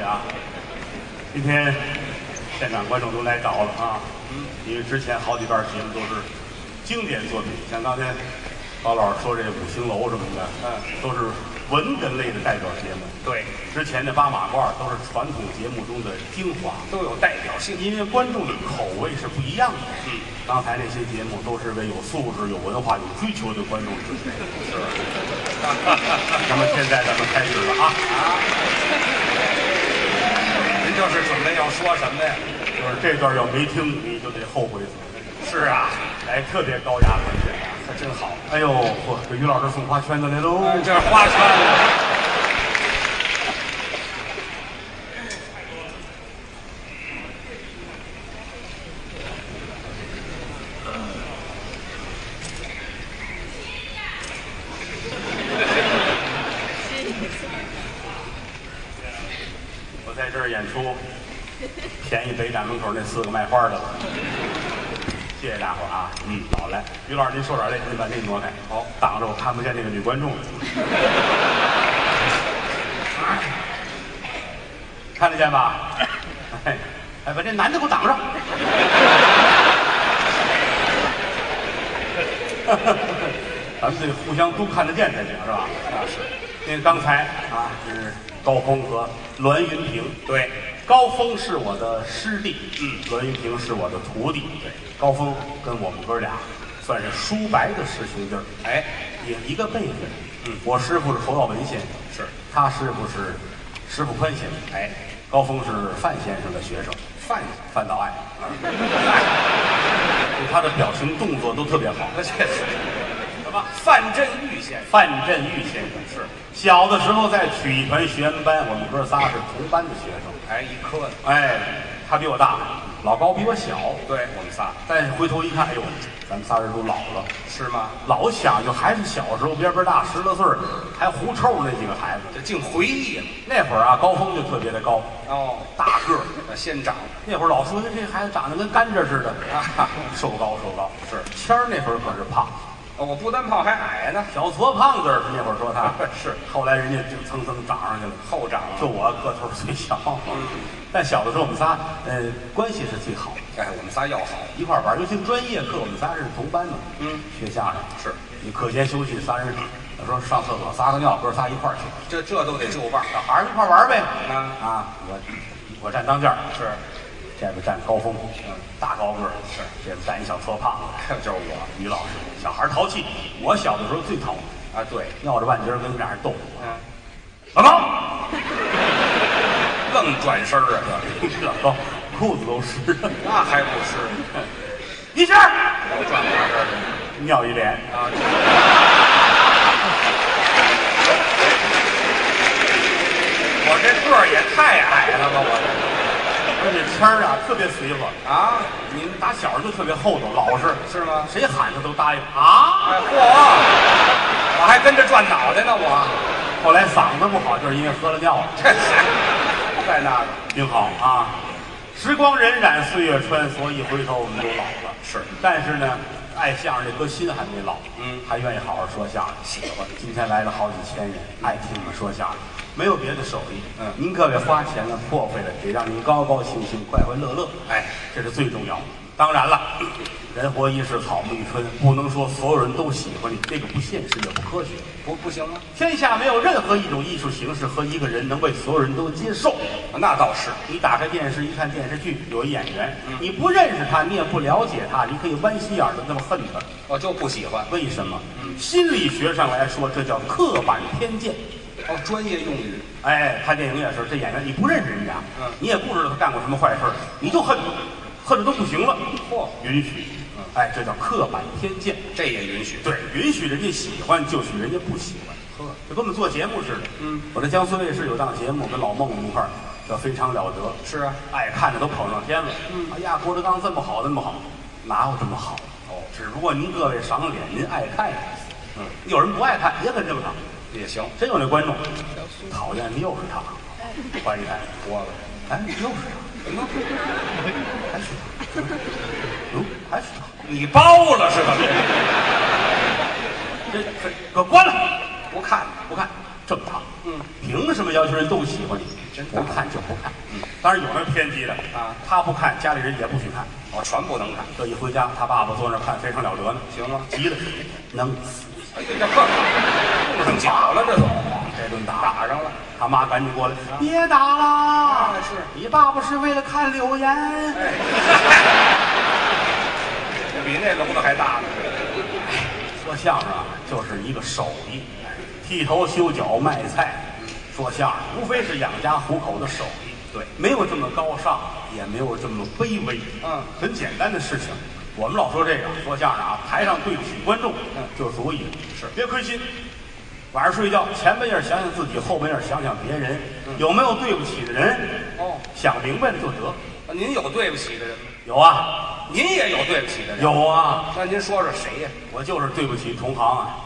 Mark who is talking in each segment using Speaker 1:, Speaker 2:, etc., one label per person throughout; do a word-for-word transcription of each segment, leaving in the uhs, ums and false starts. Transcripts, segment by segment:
Speaker 1: 啊！今天现场观众都来找了啊，嗯，因为之前好几段节目都是经典作品，像刚才高老师说这五星楼什么的，嗯，都是文哏类的代表节目。
Speaker 2: 对，
Speaker 1: 之前的八马褂都是传统节目中的精华，
Speaker 2: 都有代表性，
Speaker 1: 因为观众的口味是不一样的。
Speaker 2: 嗯，
Speaker 1: 刚才那些节目都是为有素质、有文化、有追求的观众准备的。
Speaker 2: 是。
Speaker 1: 那么现在咱们开始了啊啊！
Speaker 2: 您这是准备要说什么呀？
Speaker 1: 就是这段要没听，你就得后悔死。
Speaker 2: 是啊，
Speaker 1: 哎，特别高雅的这
Speaker 2: 可真好。
Speaker 1: 哎呦，嚯，给于老师送花圈子来喽！
Speaker 2: 哎、这是花圈子。
Speaker 1: 我在这儿演出，便宜北展门口那四个卖花的了。谢谢大伙儿啊！嗯，好嘞，于老师您受点累，您把那挪开，好，挡着我看不见那个女观众。看得见吧？哎，哎，把这男的给我挡上。咱们得互相都看得见才行，是吧？
Speaker 2: 那是。
Speaker 1: 因为刚才啊是高峰和栾云平，
Speaker 2: 对，
Speaker 1: 高峰是我的师弟，
Speaker 2: 嗯，
Speaker 1: 栾云平是我的徒弟，
Speaker 2: 对，
Speaker 1: 高峰跟我们哥俩算是叔伯的师兄弟儿，
Speaker 2: 哎，
Speaker 1: 也一个辈分，
Speaker 2: 嗯，
Speaker 1: 我师傅是侯耀文先生，
Speaker 2: 是，
Speaker 1: 他师傅是石富宽先生，
Speaker 2: 哎，
Speaker 1: 高峰是范先生的学生，
Speaker 2: 范
Speaker 1: 范岛爱，啊，他的表情动作都特别好，
Speaker 2: 这是什么？范振钰先生，
Speaker 1: 范振钰先生是小的时候在曲艺团学员班，我们哥仨是同班的学生，
Speaker 2: 哎，一科的，
Speaker 1: 哎，他比我大，老高比我小，
Speaker 2: 对我们仨，
Speaker 1: 但回头一看，哎呦，咱们仨人都老了，
Speaker 2: 是吗？
Speaker 1: 老想就还是小时候边边大十来岁还狐臭那几个孩子，
Speaker 2: 这净回忆了。
Speaker 1: 那会儿啊，高峰就特别的高，
Speaker 2: 哦，
Speaker 1: 大个儿，
Speaker 2: 先长。
Speaker 1: 那会儿老说这孩子长得跟甘蔗似的，啊，瘦高瘦高。是谦儿那会儿可是胖，
Speaker 2: 哦，我不单胖还矮呢，
Speaker 1: 小矬胖子儿。那会儿说他
Speaker 2: 是，
Speaker 1: 后来人家就蹭蹭长上去了，
Speaker 2: 后长了。
Speaker 1: 就我个头最小，
Speaker 2: 嗯，
Speaker 1: 但小的时候我们仨，呃，关系是最好的。
Speaker 2: 哎，我们仨要好，
Speaker 1: 一块儿玩，尤其专业课，我们仨是同班的。
Speaker 2: 嗯，
Speaker 1: 学相声
Speaker 2: 是。
Speaker 1: 你课间休息，仨人有时候上厕所撒个尿，哥仨一块儿去。
Speaker 2: 这这都得就伴，
Speaker 1: 小孩儿一块儿玩呗。
Speaker 2: 啊
Speaker 1: 啊，我我站当间儿，
Speaker 2: 是。
Speaker 1: 这边站高峰，嗯，大高个儿，
Speaker 2: 是。
Speaker 1: 这边站一小矬胖子，
Speaker 2: 就是我，
Speaker 1: 于老师。小孩儿淘气，我小的时候最淘
Speaker 2: 啊，对，
Speaker 1: 尿着半截儿跟俩人斗。
Speaker 2: 嗯，
Speaker 1: 老高，
Speaker 2: 愣转身儿啊，
Speaker 1: 老高裤子都湿了，
Speaker 2: 那还不湿？
Speaker 1: 一下
Speaker 2: 我转哪儿
Speaker 1: 尿一脸
Speaker 2: 啊！我这个儿也太矮了吧，我这。
Speaker 1: 而且谦儿啊特别随和
Speaker 2: 啊，
Speaker 1: 你们打小就特别厚道老实，
Speaker 2: 是吗？
Speaker 1: 谁喊他都答应啊！
Speaker 2: 哎嚯，我还跟着转脑袋呢，我。
Speaker 1: 后来嗓子不好，就是因为喝了尿了。
Speaker 2: 这还在那个
Speaker 1: 您好啊，时光荏苒，岁月穿梭，一回头我们都老了。
Speaker 2: 是，
Speaker 1: 但是呢，爱相声这颗心还没老，
Speaker 2: 嗯，
Speaker 1: 还愿意好好说相声，喜欢。今天来了好几千人，爱听我们说相声。没有别的手艺，
Speaker 2: 嗯，
Speaker 1: 您各位花钱了、破费了，得让您高高兴兴、快快乐乐，
Speaker 2: 哎，
Speaker 1: 这是最重要的。当然了，人活一世，草木一春，不能说所有人都喜欢你，这个不现实也不科学。
Speaker 2: 不不行吗？
Speaker 1: 天下没有任何一种艺术形式和一个人能被所有人都接受。
Speaker 2: 那倒是。
Speaker 1: 你打开电视一看电视剧，有一演员，
Speaker 2: 嗯、
Speaker 1: 你不认识他，你也不了解他，你可以弯心眼的那么恨他，
Speaker 2: 我就不喜欢。
Speaker 1: 为什么？
Speaker 2: 嗯，
Speaker 1: 心理学上来说，这叫刻板偏见。
Speaker 2: 哦，专业用语。
Speaker 1: 哎，看电影也是，这演员你不认识人家，
Speaker 2: 嗯，
Speaker 1: 你也不知道他干过什么坏事，你就恨他，恨的都不行了。
Speaker 2: 嚯，
Speaker 1: 允许，
Speaker 2: 嗯，
Speaker 1: 哎，这叫刻板偏见，
Speaker 2: 这也允许。
Speaker 1: 对，允许人家喜欢，就许人家不喜欢。
Speaker 2: 呵，
Speaker 1: 就跟我们做节目似的。
Speaker 2: 嗯，
Speaker 1: 我在江苏卫视有档节目，跟老孟一块儿叫《非常了得》。
Speaker 2: 是啊，
Speaker 1: 爱看的都捧上天了。
Speaker 2: 嗯，
Speaker 1: 哎呀，郭德纲这么好，这么好，哪有这么好？哦，只不过您各位赏脸，您爱看。嗯，有人不爱看也很正常。
Speaker 2: 也行，
Speaker 1: 真有那观众讨厌的又是他，换一台
Speaker 2: 多了，
Speaker 1: 哎，又是他，什么？还是他？嗯，还是他？
Speaker 2: 你包了是吧？
Speaker 1: 这这可关了，
Speaker 2: 不看
Speaker 1: 不看，正常。
Speaker 2: 嗯，
Speaker 1: 凭什么要求人都喜欢你？
Speaker 2: 真
Speaker 1: 不看就不看。嗯，当然有那偏激的啊，他不看，家里人也不许看。
Speaker 2: 哦，全不能看。
Speaker 1: 这一回家，他爸爸坐那看，非常了得呢。
Speaker 2: 行吗？
Speaker 1: 急了，能死！
Speaker 2: 哎呀，这呵，用上脚了，这都
Speaker 1: 这顿打
Speaker 2: 打上了。
Speaker 1: 他妈赶紧过来，别打了！
Speaker 2: 啊，是
Speaker 1: 你爸爸是为了看柳岩。
Speaker 2: 哎，这比那笼子还大呢。
Speaker 1: 说相声啊，就是一个手艺，剃头、修脚、卖菜。说相声无非是养家糊口的手艺，对，没有这么高尚，也没有这么卑微，
Speaker 2: 嗯，
Speaker 1: 很简单的事情。我们老说这个说相声啊，台上对不起观众，嗯，就足以了。是，别亏心。晚上睡觉，前半夜想想自己，后半夜想想别人，嗯、有没有对不起的人？哦，想明白了就得。
Speaker 2: 您有对不起的人吗？
Speaker 1: 有啊，
Speaker 2: 您也有对不起的人。
Speaker 1: 有啊，
Speaker 2: 那您说说谁呀？
Speaker 1: 我就是对不起同行啊。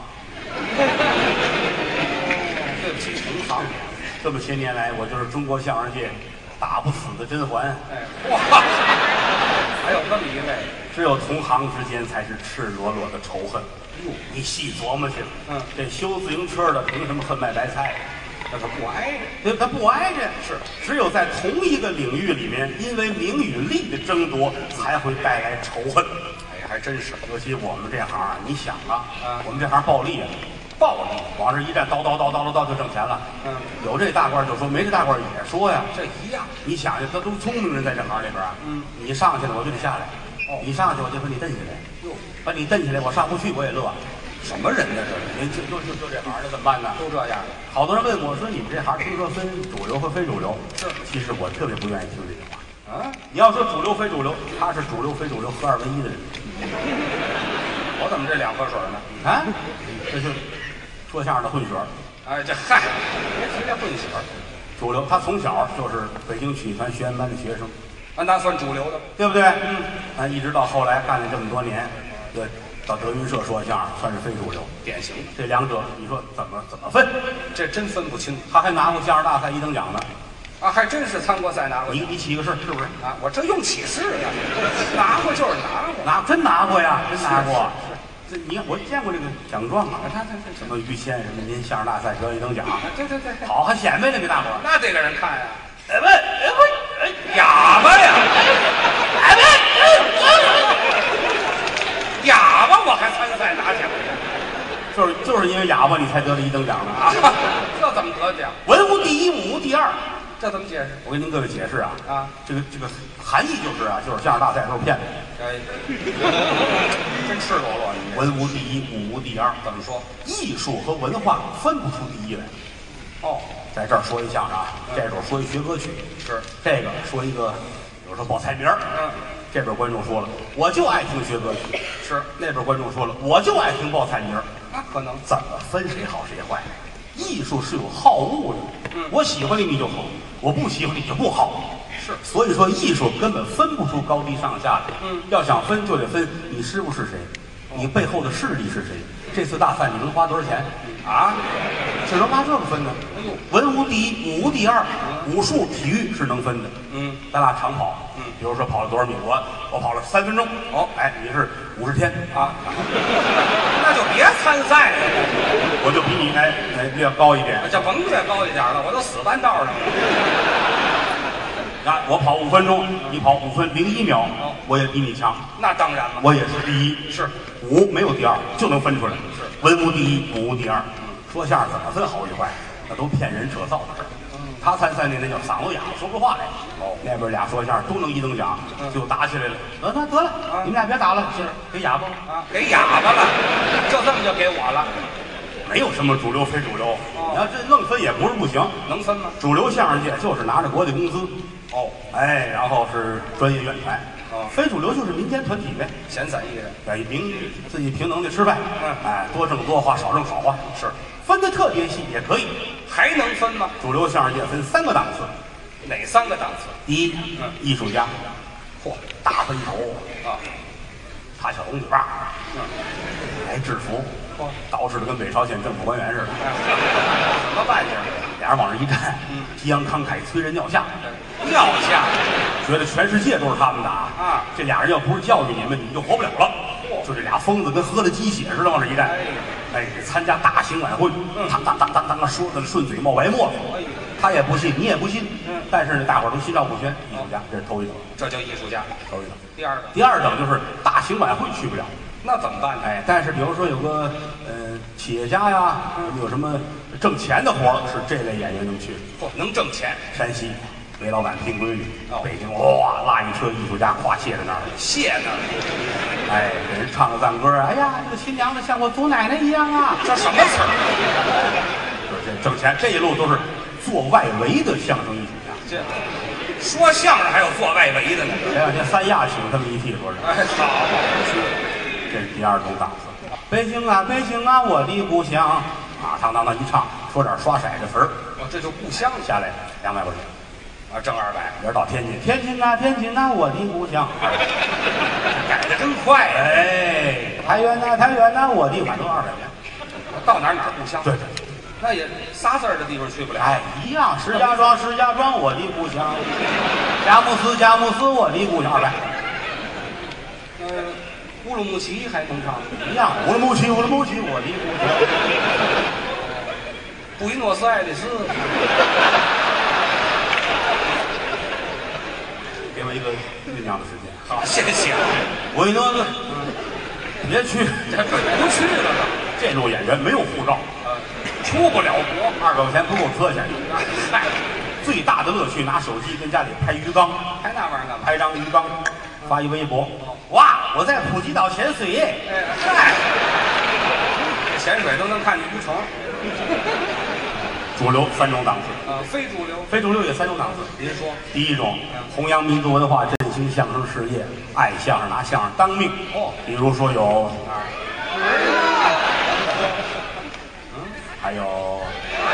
Speaker 2: 对不起同行。
Speaker 1: 这么些年来，我就是中国相声界打不死的甄嬛。
Speaker 2: 哎，哇，还有这么一位，
Speaker 1: 只有同行之间才是赤裸裸的仇恨。哟，你细琢磨去。嗯，这修自行车的凭什么恨卖白菜？
Speaker 2: 那他不挨
Speaker 1: 着，他不挨着。
Speaker 2: 是，
Speaker 1: 只有在同一个领域里面，因为名与利的争夺，才会带来仇恨。
Speaker 2: 哎，还真是。
Speaker 1: 尤其我们这行啊，你想啊，啊我们这行暴利啊。暴利，往这一站，叨叨叨叨叨叨就挣钱了。嗯，有这大官就说，没这大官也说呀，
Speaker 2: 这一样。
Speaker 1: 你想想，这都聪明人在这行里边啊。嗯，你上去了，我就得下来。哦，你上去我就把你蹬下来。哟，把你蹬下来，我上不去我也乐。
Speaker 2: 什么人呢？这
Speaker 1: 人就就就就这行的怎么办呢？
Speaker 2: 都这样。
Speaker 1: 好多人问我说：“你们这行听说分主流和非主流？”
Speaker 2: 是，
Speaker 1: 其实我特别不愿意听这句话。
Speaker 2: 啊，
Speaker 1: 你要说主流非主流，他是主流非主流合二为一的人。
Speaker 2: 我怎么这两喝水呢？
Speaker 1: 啊，这是。说相声的混血儿，
Speaker 2: 哎，这嗨，别提这混血儿。
Speaker 1: 主流，他从小就是北京曲艺团学员班的学生，
Speaker 2: 啊，那算主流的，
Speaker 1: 对不对？嗯，啊，一直到后来干了这么多年，对，到德云社说相声算是非主流，
Speaker 2: 典型。
Speaker 1: 这两者，你说怎么怎么分？
Speaker 2: 这真分不清。
Speaker 1: 他还拿过相声大赛一等奖呢。
Speaker 2: 啊，还真是参过赛拿过。
Speaker 1: 你你起个誓是不是？
Speaker 2: 啊，我这用起誓呀，拿过就是拿过，
Speaker 1: 拿真拿过呀，真拿过。这你看，我见过这个奖状啊，
Speaker 2: 他他他
Speaker 1: 什么于谦什么您相声大赛得一等奖，
Speaker 2: 对对对，
Speaker 1: 好还显摆呢给大伙儿，
Speaker 2: 那得给人看呀。
Speaker 1: 哎喂，哎喂，
Speaker 2: 哑巴呀，
Speaker 1: 哎喂，
Speaker 2: 哑巴我还参赛拿奖，
Speaker 1: 就是就是因为哑巴你才得了一等奖呢啊，
Speaker 2: 这怎么得奖？
Speaker 1: 文无第一，武无第二。
Speaker 2: 这怎么解释？
Speaker 1: 我跟您各位解释啊
Speaker 2: 啊，
Speaker 1: 这个这个含义就是啊，就是相声大赛都是骗子。
Speaker 2: 哎，真赤裸裸。
Speaker 1: 文无第一，武无第二。
Speaker 2: 怎么说？
Speaker 1: 艺术和文化分不出第一来。
Speaker 2: 哦，
Speaker 1: 在这儿说一相声啊，这边说一学歌曲，
Speaker 2: 是
Speaker 1: 这个说一个，比如说报菜名儿。嗯，这边观众说了，我就爱听学歌曲。
Speaker 2: 是，
Speaker 1: 那边观众说了，我就爱听报菜名儿。
Speaker 2: 那可能
Speaker 1: 怎么分谁好谁坏？艺术是有好恶的。嗯，我喜欢你你就好，我不喜欢你就不好。
Speaker 2: 是，
Speaker 1: 所以说艺术根本分不出高低上下来。嗯，要想分就得分你师傅是谁，你背后的势力是谁。这次大赛你能花多少钱？啊，只能拿这个分呢。哎呦，文无第一，武无第二，武术、体育是能分的。嗯，咱俩长跑，嗯，比如说跑了多少米，我我跑了三分钟。哦，哎，你是五十天啊，
Speaker 2: 那就别参赛了，
Speaker 1: 我就比你哎哎略高一点，
Speaker 2: 这甭略高一点了，我都死半道上了。
Speaker 1: 啊，我跑五分钟，你跑五分零一秒，我也比你强。
Speaker 2: 那当然了，
Speaker 1: 我也是第一。
Speaker 2: 是
Speaker 1: 武没有第二，就能分出来。
Speaker 2: 是
Speaker 1: 文无第一，武无第二。说相声怎么分好与坏？那都骗人扯造的事儿。他参赛那那叫嗓子哑，说不出话来。哦，那边俩说相声都能一等奖，就打起来了。得得得了，你们俩别打了，是给哑巴
Speaker 2: 啊，给哑巴了，就这么就给我了。
Speaker 1: 没有什么主流非主流，你要这愣分也不是不行，
Speaker 2: 能分吗？
Speaker 1: 主流相声界就是拿着国家工资。
Speaker 2: 哦，
Speaker 1: 哎，然后是专业院团，
Speaker 2: 哦，
Speaker 1: 非主流就是民间团体呗，
Speaker 2: 闲散艺人，
Speaker 1: 哎，凭自己凭能力吃饭，嗯，哎，多挣多花，少挣少花，
Speaker 2: 是
Speaker 1: 分的特别细也可以，
Speaker 2: 还能分吗？
Speaker 1: 主流相声界分三个档次，
Speaker 2: 哪三个档次？
Speaker 1: 第一，嗯，艺术家，
Speaker 2: 嚯，
Speaker 1: 大背头
Speaker 2: 啊，
Speaker 1: 插小红嘴巴，
Speaker 2: 嗯，
Speaker 1: 来制服，
Speaker 2: 嚯，
Speaker 1: 捯饬的跟北朝鲜政府官员似的，
Speaker 2: 什么扮相？
Speaker 1: 俩人往这一站，嗯，激昂慷慨，催人尿下。
Speaker 2: 尿下，
Speaker 1: 觉得全世界都是他们的啊！啊，这俩人要不是教育你们，你们就活不了了。就这俩疯子跟喝了鸡血似的往这一站，哎，参加大型晚会，当当当当当，说的顺嘴冒白沫子， 他也不信，你也不信，
Speaker 2: 嗯，
Speaker 1: 但是呢，大伙儿都心照不宣。艺术家，这是头一等，
Speaker 2: 这叫艺术家。
Speaker 1: 头一等。
Speaker 2: 第二个，
Speaker 1: 第二等就是大型晚会去不了，
Speaker 2: 那怎么办呢？
Speaker 1: 哎，但是比如说有个呃企业家呀，有什么挣钱的活儿，是这类演员能去。
Speaker 2: 嚯，能挣钱。
Speaker 1: 山西煤老板拼闺女，
Speaker 2: 哦
Speaker 1: 北京哇拉一车艺术家跨谢在那儿，
Speaker 2: 谢那儿，
Speaker 1: 哎，给人唱个赞歌，哎呀，这个新娘子像我祖奶奶一样啊，
Speaker 2: 这什么词儿？
Speaker 1: 就是这挣钱，这一路都是做外围的相声艺术家。
Speaker 2: 这说相声还有做外围的呢。
Speaker 1: 前两天三亚请他们一替，说是，
Speaker 2: 哎，好，
Speaker 1: 这是第二种档次。北京啊，北京啊，我的故乡啊，当当当一唱，说点刷色的词儿，
Speaker 2: 哦，这就故乡
Speaker 1: 下来两百块钱。
Speaker 2: 啊，挣二百，
Speaker 1: 明儿到天津，天津啊，天津啊，我的故乡，
Speaker 2: 改的真快呀！
Speaker 1: 哎，太原呐，太原呐，我的反正二百元。
Speaker 2: 到哪儿哪儿故乡，
Speaker 1: 对对，
Speaker 2: 那也仨字儿的地方去不了。
Speaker 1: 哎，一样，石家庄，石家庄，我的故乡；佳木斯，佳木斯，我的故乡，二百。
Speaker 2: 呃，乌鲁木齐还能唱，
Speaker 1: 一样，乌鲁木齐，乌鲁木齐，我的故乡。
Speaker 2: 布宜诺斯艾利斯，
Speaker 1: 给我一个酝酿的时间。
Speaker 2: 好，谢谢。
Speaker 1: 我一诺斯，别去，
Speaker 2: 这不去了吧？
Speaker 1: 这路演员没有护照，
Speaker 2: 呃，出不了国，
Speaker 1: 二百块钱不够车钱。
Speaker 2: 嗨，
Speaker 1: 最大的乐趣，拿手机跟家里拍鱼缸，
Speaker 2: 还那玩意儿干嘛？
Speaker 1: 拍张鱼缸，发一微博。哇，我在普吉岛潜水耶！
Speaker 2: 哎，嗨，这潜水都能看见鱼虫。
Speaker 1: 主流三种档次，
Speaker 2: 呃，非主流。
Speaker 1: 非主流也三种档次。
Speaker 2: 您说，
Speaker 1: 第一种，弘扬民族文化，振兴相声事业，爱相声，拿相声当命。
Speaker 2: 哦，
Speaker 1: 比如说有，嗯，还有，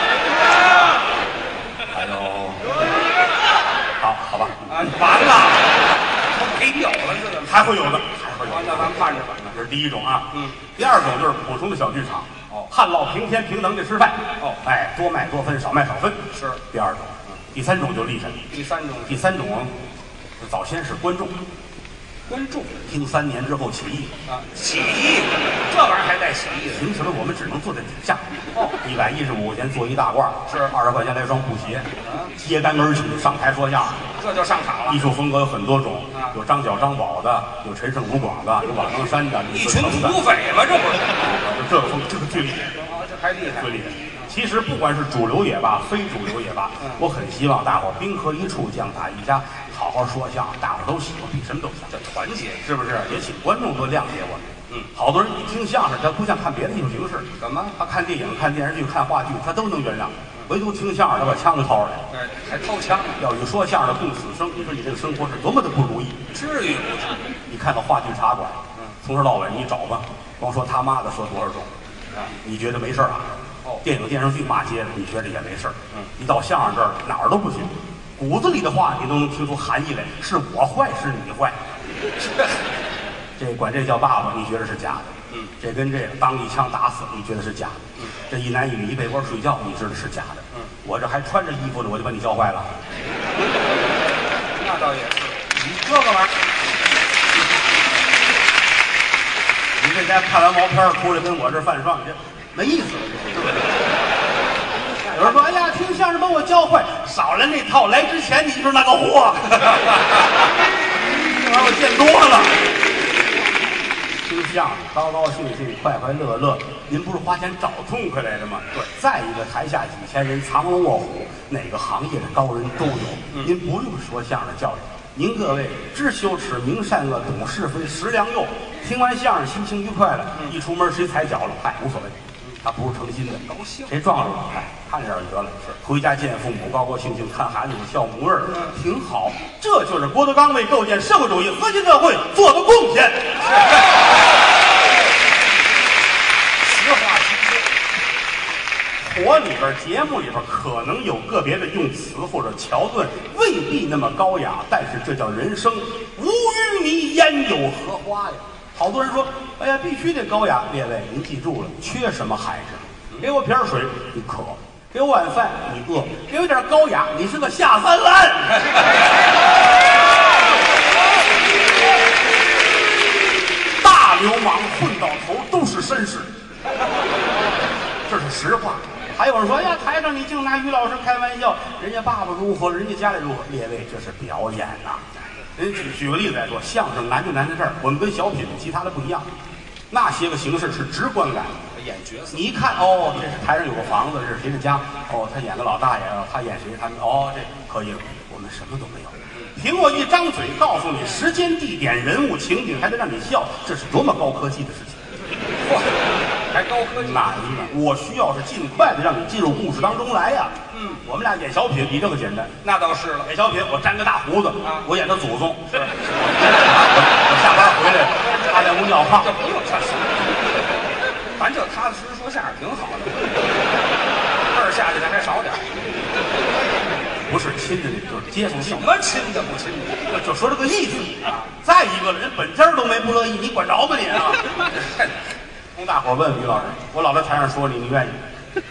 Speaker 1: 还有，好，好吧，
Speaker 2: 啊，完了，都没有了，这怎么？
Speaker 1: 还会有的，还会有的。
Speaker 2: 那咱看着吧。
Speaker 1: 这是第一种啊。
Speaker 2: 嗯。
Speaker 1: 第二种就是普通的小剧场。
Speaker 2: 哦，
Speaker 1: 旱涝平天平等的吃饭。
Speaker 2: 哦，
Speaker 1: 哎，多卖多分，少卖少分。
Speaker 2: 是。
Speaker 1: 第二种，第三种就厉害了。
Speaker 2: 第三种，
Speaker 1: 第三种，早先是观众，
Speaker 2: 观众
Speaker 1: 听三年之后起义，
Speaker 2: 啊，起义，这玩意儿还带起义的？
Speaker 1: 凭什么我们只能坐在底下？
Speaker 2: 哦，
Speaker 1: 一百一十五块钱做一大褂，
Speaker 2: 是
Speaker 1: 二十块钱来双布鞋，
Speaker 2: 啊，
Speaker 1: 揭竿而起上台说相声。
Speaker 2: 这就上场了
Speaker 1: 艺。术风格有很多种，
Speaker 2: 啊
Speaker 1: 有张角张宝的，有陈胜吴广的，有瓦岗山的，
Speaker 2: 一群
Speaker 1: 李自成的，
Speaker 2: 土匪嘛，这不是？
Speaker 1: 就这个风，这个最厉害。
Speaker 2: 啊，这还厉害
Speaker 1: 最厉害。其实不管是主流也罢，非主流也罢，
Speaker 2: 嗯
Speaker 1: 我很希望大伙儿兵合一处，将打一家，好好说相声，大伙儿都喜欢，比什么都强，
Speaker 2: 这团结
Speaker 1: 是不是？也请观众多谅解我们。
Speaker 2: 嗯，
Speaker 1: 好多人一听相声，他不像看别的艺术形式，
Speaker 2: 怎么？
Speaker 1: 他看电影、看电视剧、看话剧，他都能原谅，唯独听相声，他把枪就掏出来。
Speaker 2: 哎，还掏枪？
Speaker 1: 要与说相声的共死生，你说你这个生活是多么的不如意？
Speaker 2: 至于不至于？
Speaker 1: 你看到话剧茶馆，
Speaker 2: 嗯，
Speaker 1: 从头到尾你找吧，光说他妈的说多少种，
Speaker 2: 啊，
Speaker 1: 你觉得没事儿啊？
Speaker 2: 哦，
Speaker 1: 电影电视剧骂街的，你觉得也没事儿。
Speaker 2: 嗯，
Speaker 1: 一到相声这儿哪儿都不行，骨子里的话你都能听出含义来，是我坏，是你坏。这管这叫爸爸，你觉得是假的？
Speaker 2: 嗯，
Speaker 1: 这跟这个当一枪打死，你觉得是假的？
Speaker 2: 嗯，
Speaker 1: 这一男一女一被窝睡觉，你知道是假的？
Speaker 2: 嗯，
Speaker 1: 我这还穿着衣服呢，我就把你教坏了。
Speaker 2: 那倒也是。
Speaker 1: 你这个玩意儿，你这家看完毛片儿出来跟我这儿犯上，这没意思了，这是。有人说：“哎呀，听相声把我教坏，少来那套。来之前你就是那个货，这玩意儿我见多了。听相声高高兴兴、快快乐乐，您不是花钱找痛快来的吗？对。再一个，台下几千人，藏龙卧虎，哪个行业的高人都有。
Speaker 2: 嗯、
Speaker 1: 您不用说相声教育，您各位知羞耻、明善恶、懂是非、识良莠。听完相声，心情愉快了，嗯、一出门谁踩脚了，嗨，无所谓。”他不是诚心的，
Speaker 2: 高兴。谁
Speaker 1: 撞着我？哎，看着点就得了。是，回家见父母，高高兴兴；看孩子有笑模样，嗯，挺好。这就是郭德纲为构建社会主义核心社会做的贡献。实话实说，活里边、节目里边可能有个别的用词或者桥段未必那么高雅，但是这叫人生，无淤泥焉有荷花呀。好多人说：“哎呀，必须得高雅。”列位，您记住了，缺什么喊什么。给我瓶水，你渴；给我碗饭，你饿；给我点高雅，你是个下三滥。大流氓混到头都是绅士，这是实话。 还有人说，哎呀，台上你净拿于老师开玩笑，人家爸爸如何，人家家里如何？列位，这是表演呐、啊。人举举个例子来说，相声难就难在这儿，我们跟小品其他的不一样，那些个形式是直观感。
Speaker 2: 演角色，
Speaker 1: 你一看哦，这是台上有个房子，这是谁的家？哦，他演个老大爷，他演谁？他们哦，这可以了。我们什么都没有，凭我一张嘴告诉你时间、地点、人物、情景，还得让你笑，这是多么高科技的事情！
Speaker 2: 哇，还高科技？
Speaker 1: 哪一个？我需要是尽快的让你进入故事当中来呀。
Speaker 2: 嗯，
Speaker 1: 我们俩演小品比这个简单。
Speaker 2: 那倒是了，
Speaker 1: 演小品我粘个大胡子，
Speaker 2: 啊，
Speaker 1: 我演他祖宗。是，我下班回来，他在屋尿炕，
Speaker 2: 这不用这是。咱就踏踏实实说相声挺好的，味儿下去的还少点。
Speaker 1: 不是亲着你，就是接触性。
Speaker 2: 什么亲的不亲的？
Speaker 1: 就说这个意思啊。再一个了，人本家都没不乐意，你管着吗你啊？跟大伙问于老师，我老在台上说你，你愿意？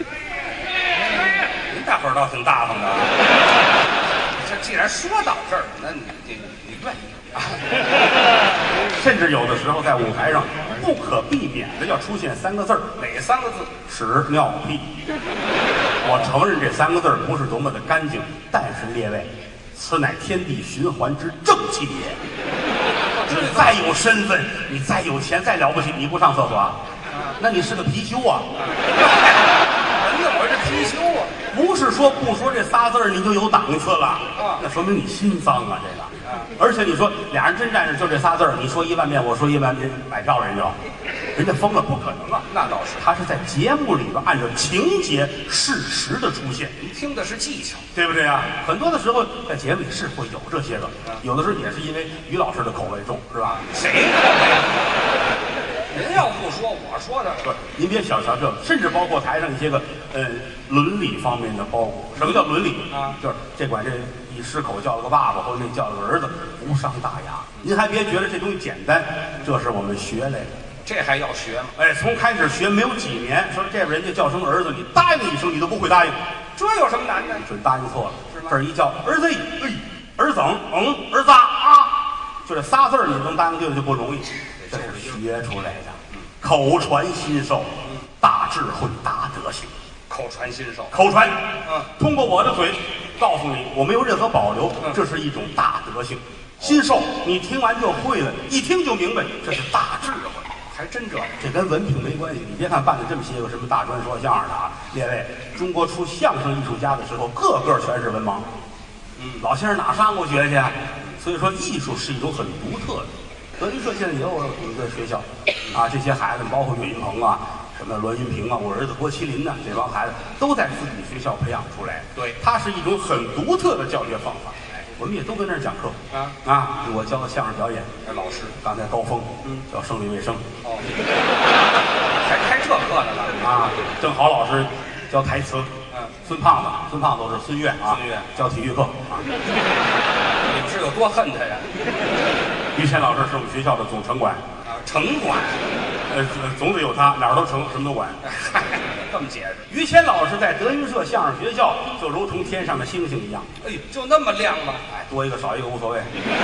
Speaker 1: 您大伙儿倒挺大方的。
Speaker 2: 这既然说到这儿，那你你你愿意啊？
Speaker 1: 甚至有的时候在舞台上不可避免的要出现三个字儿，
Speaker 2: 哪三个字？
Speaker 1: 屎尿屁。我承认这三个字儿不是多么的干净，但是列位，此乃天地循环之正气也。你再有身份，你再有钱，再了不起，你不上厕所啊？那你是个貔貅啊！
Speaker 2: 人怎么是貔貅啊？
Speaker 1: 不是说不说这仨字儿你就有档次了
Speaker 2: 啊，
Speaker 1: 那说明你心脏啊，这个。而且你说俩人真站着就这仨字儿，你说一万遍，我说一万遍，买票人就，人家疯了，不可能啊！
Speaker 2: 那倒是，
Speaker 1: 他是在节目里边按照情节事实的出现，
Speaker 2: 您听的是技巧，
Speaker 1: 对不对啊？很多的时候在节目里是会有这些个，有的时候也是因为于老师的口味重，是吧？
Speaker 2: 谁口味？您要不说，我说的。
Speaker 1: 不是，您别小瞧这个，甚至包括台上一些个呃伦理方面的包袱。什么叫伦理
Speaker 2: 啊？
Speaker 1: 就是这管这一失口叫了个爸爸，或者那叫了个儿子，无伤大雅。您还别觉得这东西简单，这是我们学来的。
Speaker 2: 这还要学吗？
Speaker 1: 哎，从开始学没有几年，说这边人家叫声儿子，你答应一声你都不会答应，
Speaker 2: 这有什么难的？
Speaker 1: 准答应错了。
Speaker 2: 是吗？
Speaker 1: 这儿一叫儿子，哎，儿子，嗯，儿子啊，就这仨字儿，你能答应对了就不容易。这是学出来的，口传心授，大智慧大德行。
Speaker 2: 口传心授，
Speaker 1: 口传，
Speaker 2: 嗯，
Speaker 1: 通过我的嘴告诉你，我没有任何保留，
Speaker 2: 嗯，
Speaker 1: 这是一种大德性。心授，你听完就会了，一听就明白，这是大智慧。
Speaker 2: 还真这样，
Speaker 1: 这跟文凭没关系。你别看办的这么些个什么大专说相声的啊，列位，中国出相声艺术家的时候，个个全是文盲。
Speaker 2: 嗯，
Speaker 1: 老先生哪上过学去啊？所以说，艺术是一种很独特的。德云社现在也有一个学校，啊，这些孩子包括岳云鹏啊，什么栾云平啊，我儿子郭麒麟呐、啊，这帮孩子都在自己学校培养出来。
Speaker 2: 对，
Speaker 1: 它是一种很独特的教学方法。我们也都跟那儿讲课
Speaker 2: 啊
Speaker 1: 啊！我教的相声表演，
Speaker 2: 老师
Speaker 1: 刚才高峰，
Speaker 2: 嗯，
Speaker 1: 教生理卫生，
Speaker 2: 哦，还开这课呢
Speaker 1: 啊！郑好老师教台词，
Speaker 2: 嗯，
Speaker 1: 孙胖子，孙胖子都是孙越啊，
Speaker 2: 孙越
Speaker 1: 教体育课啊。
Speaker 2: 你们是有多恨他呀？
Speaker 1: 于谦老师是我们学校的总城管
Speaker 2: 啊，城管，
Speaker 1: 呃，总得有他，哪儿都成，什么都管。
Speaker 2: 嗨，这么解释？
Speaker 1: 于谦老师在德云社相声学校就如同天上的星星一样。
Speaker 2: 哎呦，就那么亮吗？
Speaker 1: 哎，多一个少一个无所谓。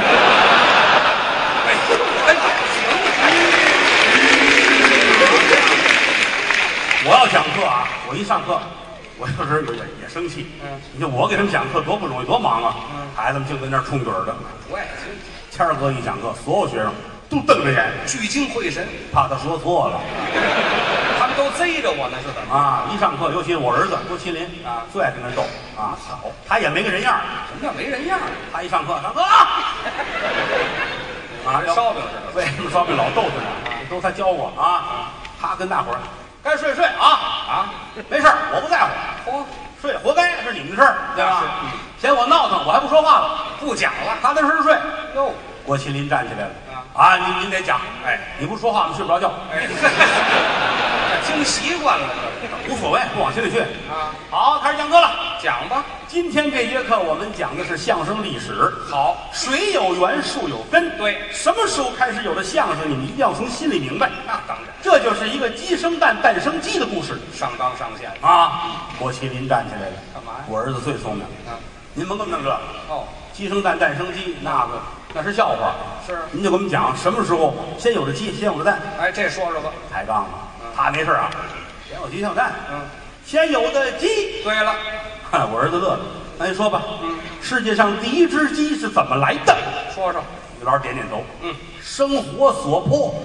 Speaker 2: 哎，哎，
Speaker 1: 我要讲课啊，我一上课，我有时候也也生气。
Speaker 2: 嗯，
Speaker 1: 你说我给他们讲课多不容易，多忙啊！
Speaker 2: 嗯，
Speaker 1: 孩子们净在那儿冲盹儿的。
Speaker 2: 不爱听。
Speaker 1: 谦儿哥一讲课，所有学生都瞪着眼，
Speaker 2: 聚精会神，
Speaker 1: 怕他说错了。
Speaker 2: 他们都贼着我呢，是怎么？
Speaker 1: 啊！一上课，尤其是我儿子郭麒麟
Speaker 2: 啊，
Speaker 1: 最爱跟他斗啊。好，他也没个人样儿。
Speaker 2: 什么叫没人样？
Speaker 1: 他一上课，上课啊！啊，
Speaker 2: 跟烧饼似的。
Speaker 1: 为什么烧饼老逗他呢？都他教我啊。他跟大伙儿该睡睡啊啊，没事儿，我不在乎。
Speaker 2: 嚯，
Speaker 1: 睡活该是你们的事儿，对吧？
Speaker 2: 嗯，
Speaker 1: 嫌我闹腾，我还不说话了，
Speaker 2: 不讲了。
Speaker 1: 踏踏实实睡。
Speaker 2: 哟，
Speaker 1: 郭麒麟站起来了
Speaker 2: 啊
Speaker 1: 啊！您您得讲，
Speaker 2: 哎，
Speaker 1: 你不说话，我们睡不着觉。
Speaker 2: 哎，听习惯了，
Speaker 1: 无所谓，不往心里去
Speaker 2: 啊。
Speaker 1: 好，开始讲课了，
Speaker 2: 讲吧。
Speaker 1: 今天这节课我们讲的是相声历史。
Speaker 2: 好，
Speaker 1: 水有源，树有根。
Speaker 2: 对，
Speaker 1: 什么时候开始有的相声，你们一定要从心里明白。
Speaker 2: 那当然，
Speaker 1: 这就是一个鸡生蛋，蛋生鸡的故事
Speaker 2: 上纲上线
Speaker 1: 啊！郭麒麟站起来了，
Speaker 2: 干嘛呀？
Speaker 1: 我儿子最聪明
Speaker 2: 啊！
Speaker 1: 您甭跟弄这个，
Speaker 2: 哦，
Speaker 1: 鸡生蛋，蛋生鸡，那个那是笑话。
Speaker 2: 是，
Speaker 1: 您就给我们讲什么时候先有的鸡，先有的蛋。
Speaker 2: 哎，这说说吧。
Speaker 1: 抬杠了，他没事啊，先有鸡，先有蛋。
Speaker 2: 嗯，
Speaker 1: 先有的鸡。
Speaker 2: 对了，
Speaker 1: 哈，我儿子乐了。那你说吧，
Speaker 2: 嗯，
Speaker 1: 世界上第一只鸡是怎么来的？
Speaker 2: 说说。
Speaker 1: 于老师点点头。
Speaker 2: 嗯，
Speaker 1: 生活所迫。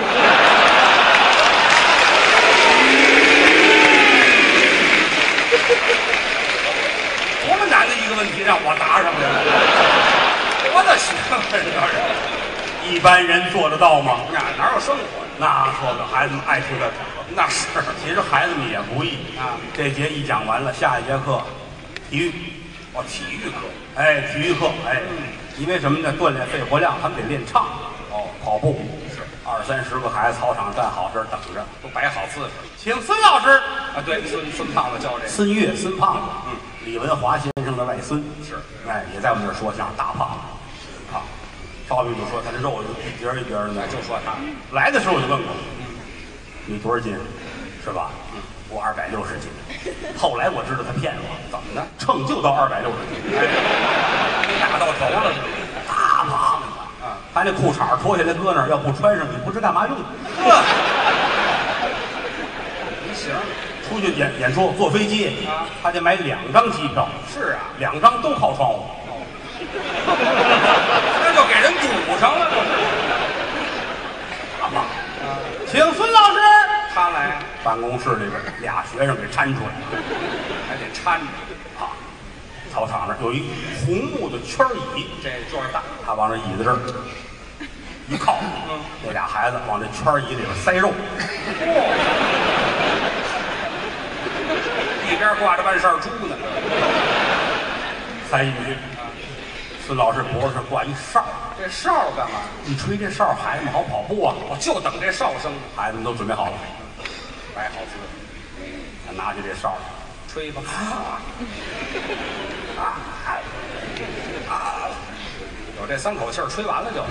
Speaker 1: 多么难的一个问题，让我答上来了，
Speaker 2: 多大学问这是？
Speaker 1: 一般人做得到吗？
Speaker 2: 呀，哪有生活？
Speaker 1: 那说的孩子们爱听这个，
Speaker 2: 那是
Speaker 1: 其实孩子们也不易
Speaker 2: 啊。
Speaker 1: 这节一讲完了，下一节课，体育，
Speaker 2: 哦，体育课。
Speaker 1: 哎，体育课，哎，因为什么呢？锻炼肺活量，他们得练唱，
Speaker 2: 哦，
Speaker 1: 跑步，
Speaker 2: 是
Speaker 1: 二三十个孩子操场站好这儿等着，
Speaker 2: 都摆好姿势。
Speaker 1: 请孙老师
Speaker 2: 啊，对，孙孙胖子教这个。
Speaker 1: 孙越，孙胖子，
Speaker 2: 嗯，
Speaker 1: 李文华先生的外孙
Speaker 2: 是，
Speaker 1: 哎，也在我们这儿说相声，大胖子，胖，赵斌就说他这肉一节一节的呢，
Speaker 2: 就说他
Speaker 1: 来的时候我就问过，你多少斤，是吧？嗯，我二百六十斤。后来我知道他骗我，
Speaker 2: 怎么的？
Speaker 1: 秤就到二百六十斤，
Speaker 2: 打到头了，
Speaker 1: 大胖子。
Speaker 2: 啊，
Speaker 1: 他那裤衩脱下来搁那儿，要不穿上，你不知干嘛用。
Speaker 2: 呵，你行，
Speaker 1: 出去演演出，坐飞机
Speaker 2: 啊，
Speaker 1: 他得买两张机票，
Speaker 2: 是啊，
Speaker 1: 两张都靠窗户。
Speaker 2: 那就给人堵上了，
Speaker 1: 大胖，请孙老师。
Speaker 2: 他来
Speaker 1: 办公室里边俩学生给搀出来，
Speaker 2: 还得搀着，
Speaker 1: 啊，操场上有一红木的圈椅，
Speaker 2: 这座大，
Speaker 1: 他往这椅子这儿一靠，
Speaker 2: 嗯，
Speaker 1: 那俩孩子往这圈椅里边塞肉，
Speaker 2: 一边挂着万事猪呢，
Speaker 1: 塞进去。孙老师脖子上挂一哨，
Speaker 2: 这哨干嘛？
Speaker 1: 一吹这哨，孩子们好跑步啊。
Speaker 2: 我就等这哨声，
Speaker 1: 孩子们都准备好了，
Speaker 2: 摆好姿势，
Speaker 1: 他拿起这哨，
Speaker 2: 吹吧，
Speaker 1: 啊啊啊！
Speaker 2: 有这三口气儿吹完了就，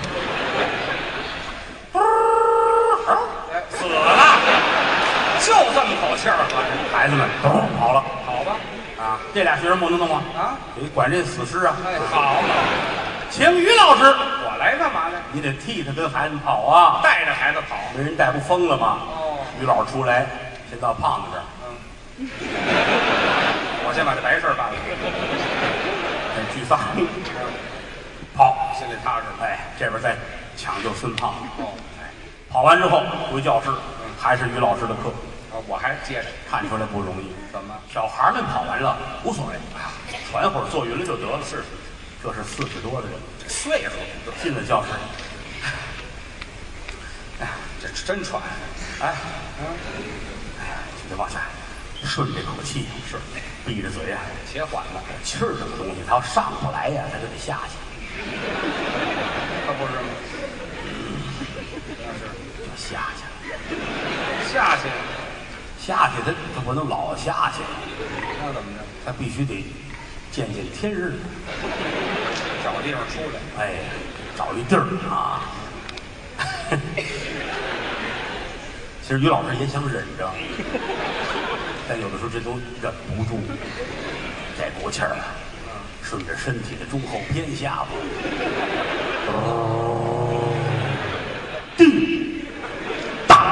Speaker 2: 哎，死了，就这么口气儿了，
Speaker 1: 孩子们都跑了
Speaker 2: 好吧？
Speaker 1: 啊！这俩学生不能弄啊，
Speaker 2: 啊，
Speaker 1: 得管这死尸啊。
Speaker 2: 哎，好嘛，
Speaker 1: 请于老师，
Speaker 2: 我来干嘛呢？
Speaker 1: 你得替他跟孩子们跑啊，
Speaker 2: 带着孩子跑。
Speaker 1: 没人带不疯了吗？
Speaker 2: 哦，
Speaker 1: 于老师出来，先到胖子这儿，
Speaker 2: 嗯，我先把这白事儿办了，
Speaker 1: 先聚丧，跑，
Speaker 2: 心里踏实。
Speaker 1: 哎，这边再抢救孙胖子。
Speaker 2: 哦，
Speaker 1: 哎，跑完之后回教室，还是于老师的课，
Speaker 2: 啊，我还接着，
Speaker 1: 看出来不容易。
Speaker 2: 怎么？
Speaker 1: 小孩们跑完了无所谓，喘会儿坐匀了就得了。
Speaker 2: 是，
Speaker 1: 这是四十多的人，
Speaker 2: 这岁数
Speaker 1: 就进了教室。
Speaker 2: 哎呀，这真喘。哎，嗯，
Speaker 1: 哎呀，就得往下顺这口气，是闭着嘴呀、
Speaker 2: 且缓了，
Speaker 1: 气儿这个东西，它要上不来呀，它就得下去，
Speaker 2: 可不是吗？那是
Speaker 1: 就下去了。
Speaker 2: 下去，
Speaker 1: 下去它它不能老下去，
Speaker 2: 那怎么着？
Speaker 1: 它必须得见见天日，
Speaker 2: 找个地方出来。
Speaker 1: 哎，找一地儿啊。其实于老师也想忍着，但有的时候这都忍不住，这股气儿啊，顺着身体的中后偏下部，叮当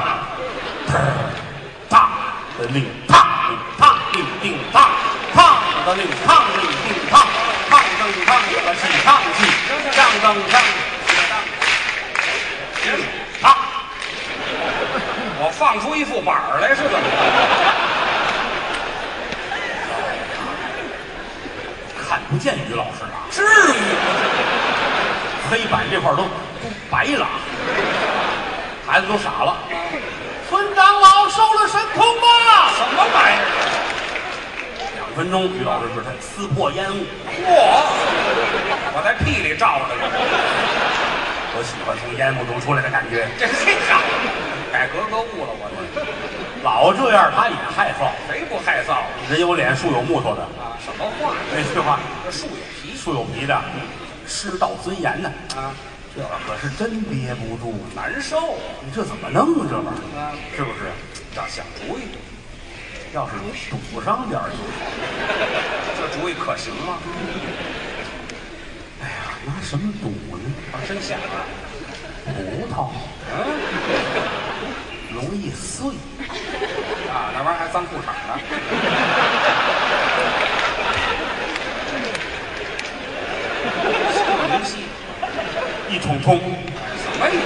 Speaker 1: 当的令烫令烫令叮当烫的令烫令叮当烫噔烫的起烫起亮噔亮
Speaker 2: 别说，
Speaker 1: 烫。
Speaker 2: 我放出一副板儿来是怎么着？
Speaker 1: 看不见于老师了，
Speaker 2: 至于吗？
Speaker 1: 黑板这块都都白了，孩子都傻了。孙长老收了神通吧！
Speaker 2: 什么玩意儿？
Speaker 1: 两分钟，于老师说他撕破烟雾。
Speaker 2: 嚯！我在屁里照着呢。
Speaker 1: 我喜欢从烟雾中出来的感觉。
Speaker 2: 这这好，改格格物了，我这
Speaker 1: 老这样他也害臊，
Speaker 2: 谁不害臊
Speaker 1: 人有脸树有木头的。
Speaker 2: 啊？什么话？
Speaker 1: 那句话，
Speaker 2: 这树有皮
Speaker 1: 树有皮的，师道尊严呢。
Speaker 2: 啊，
Speaker 1: 这可是真憋不住，
Speaker 2: 难受
Speaker 1: 你这怎么弄这玩意儿？
Speaker 2: 啊！
Speaker 1: 是不是？
Speaker 2: 要想主意，
Speaker 1: 要是堵上点儿就好。
Speaker 2: 这主意可行吗？
Speaker 1: 哎呀，拿什么堵呢？
Speaker 2: 啊，真想啊！
Speaker 1: 骨头
Speaker 2: 嗯，
Speaker 1: 容易碎，
Speaker 2: 啊，那玩意儿还脏裤衩呢。明细
Speaker 1: 一桶通，
Speaker 2: 什么意思？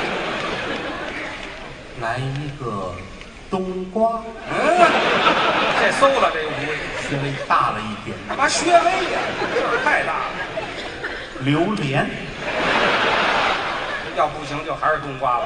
Speaker 1: 来一个冬瓜，
Speaker 2: 嗯，这馊了这个不会，
Speaker 1: 稍微大了一点。
Speaker 2: 干嘛薛微呀？劲儿太大了。
Speaker 1: 榴莲，
Speaker 2: 要不行就还是冬瓜了。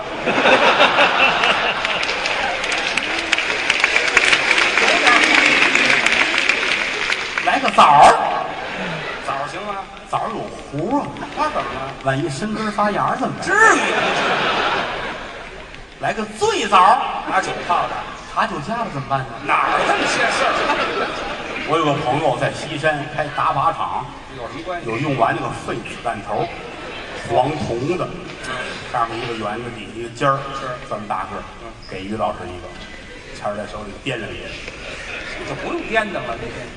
Speaker 1: 来个枣儿，
Speaker 2: 枣儿行吗？
Speaker 1: 枣儿有核啊，
Speaker 2: 那怎么了？
Speaker 1: 万一生根发芽怎么办？
Speaker 2: 至于不至
Speaker 1: 来个醉枣儿，
Speaker 2: 于？拿酒泡的，
Speaker 1: 查酒家了怎么办呢？
Speaker 2: 哪儿这么些事儿？
Speaker 1: 我有个朋友在西山开打靶场，
Speaker 2: 有什么关系？
Speaker 1: 有用完那个废子弹头，黄铜的，上面一个圆的，底下一个尖儿，
Speaker 2: 是
Speaker 1: 这么大个儿，给于老师一个，钱儿在手里掂着也。
Speaker 2: 这不用颠的吗？那天，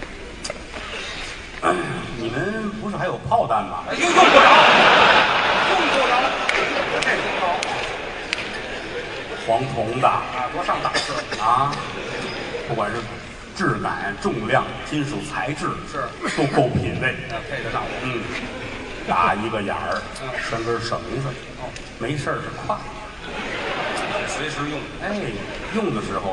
Speaker 1: 你们不是还有炮弹吗？
Speaker 2: 哎呦，用不着，用不着，这不高
Speaker 1: 黄铜的
Speaker 2: 啊，多上档次。
Speaker 1: 啊，不管是质感、重量、金属材质，
Speaker 2: 是
Speaker 1: 都够品位。
Speaker 2: 那配得上我。
Speaker 1: 嗯，打一个眼儿，
Speaker 2: 嗯
Speaker 1: 拴根绳子，
Speaker 2: 哦，
Speaker 1: 没事儿是快。
Speaker 2: 随时用。
Speaker 1: 哎，用的时候，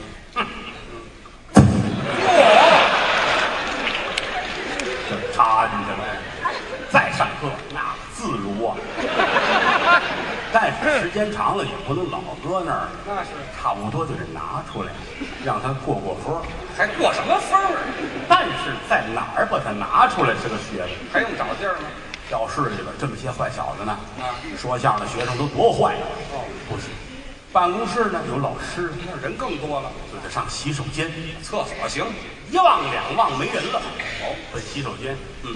Speaker 1: 就插进去了。再上课那自如啊。但是时间长了也不能老搁那儿，
Speaker 2: 那是，
Speaker 1: 差不多就得拿出来，让它过过风。
Speaker 2: 还过什么风儿？
Speaker 1: 但是在哪儿把它拿出来是个学问。
Speaker 2: 还用找地儿吗？
Speaker 1: 教室里边这么些坏小子呢，
Speaker 2: 啊，
Speaker 1: 说相声的学生都多坏呀！
Speaker 2: 哦，
Speaker 1: 不行，办公室呢有老师，
Speaker 2: 那人更多了。
Speaker 1: 就得上洗手间，
Speaker 2: 厕所行。
Speaker 1: 一望两望没人了，
Speaker 2: 哦，
Speaker 1: 奔洗手间，嗯，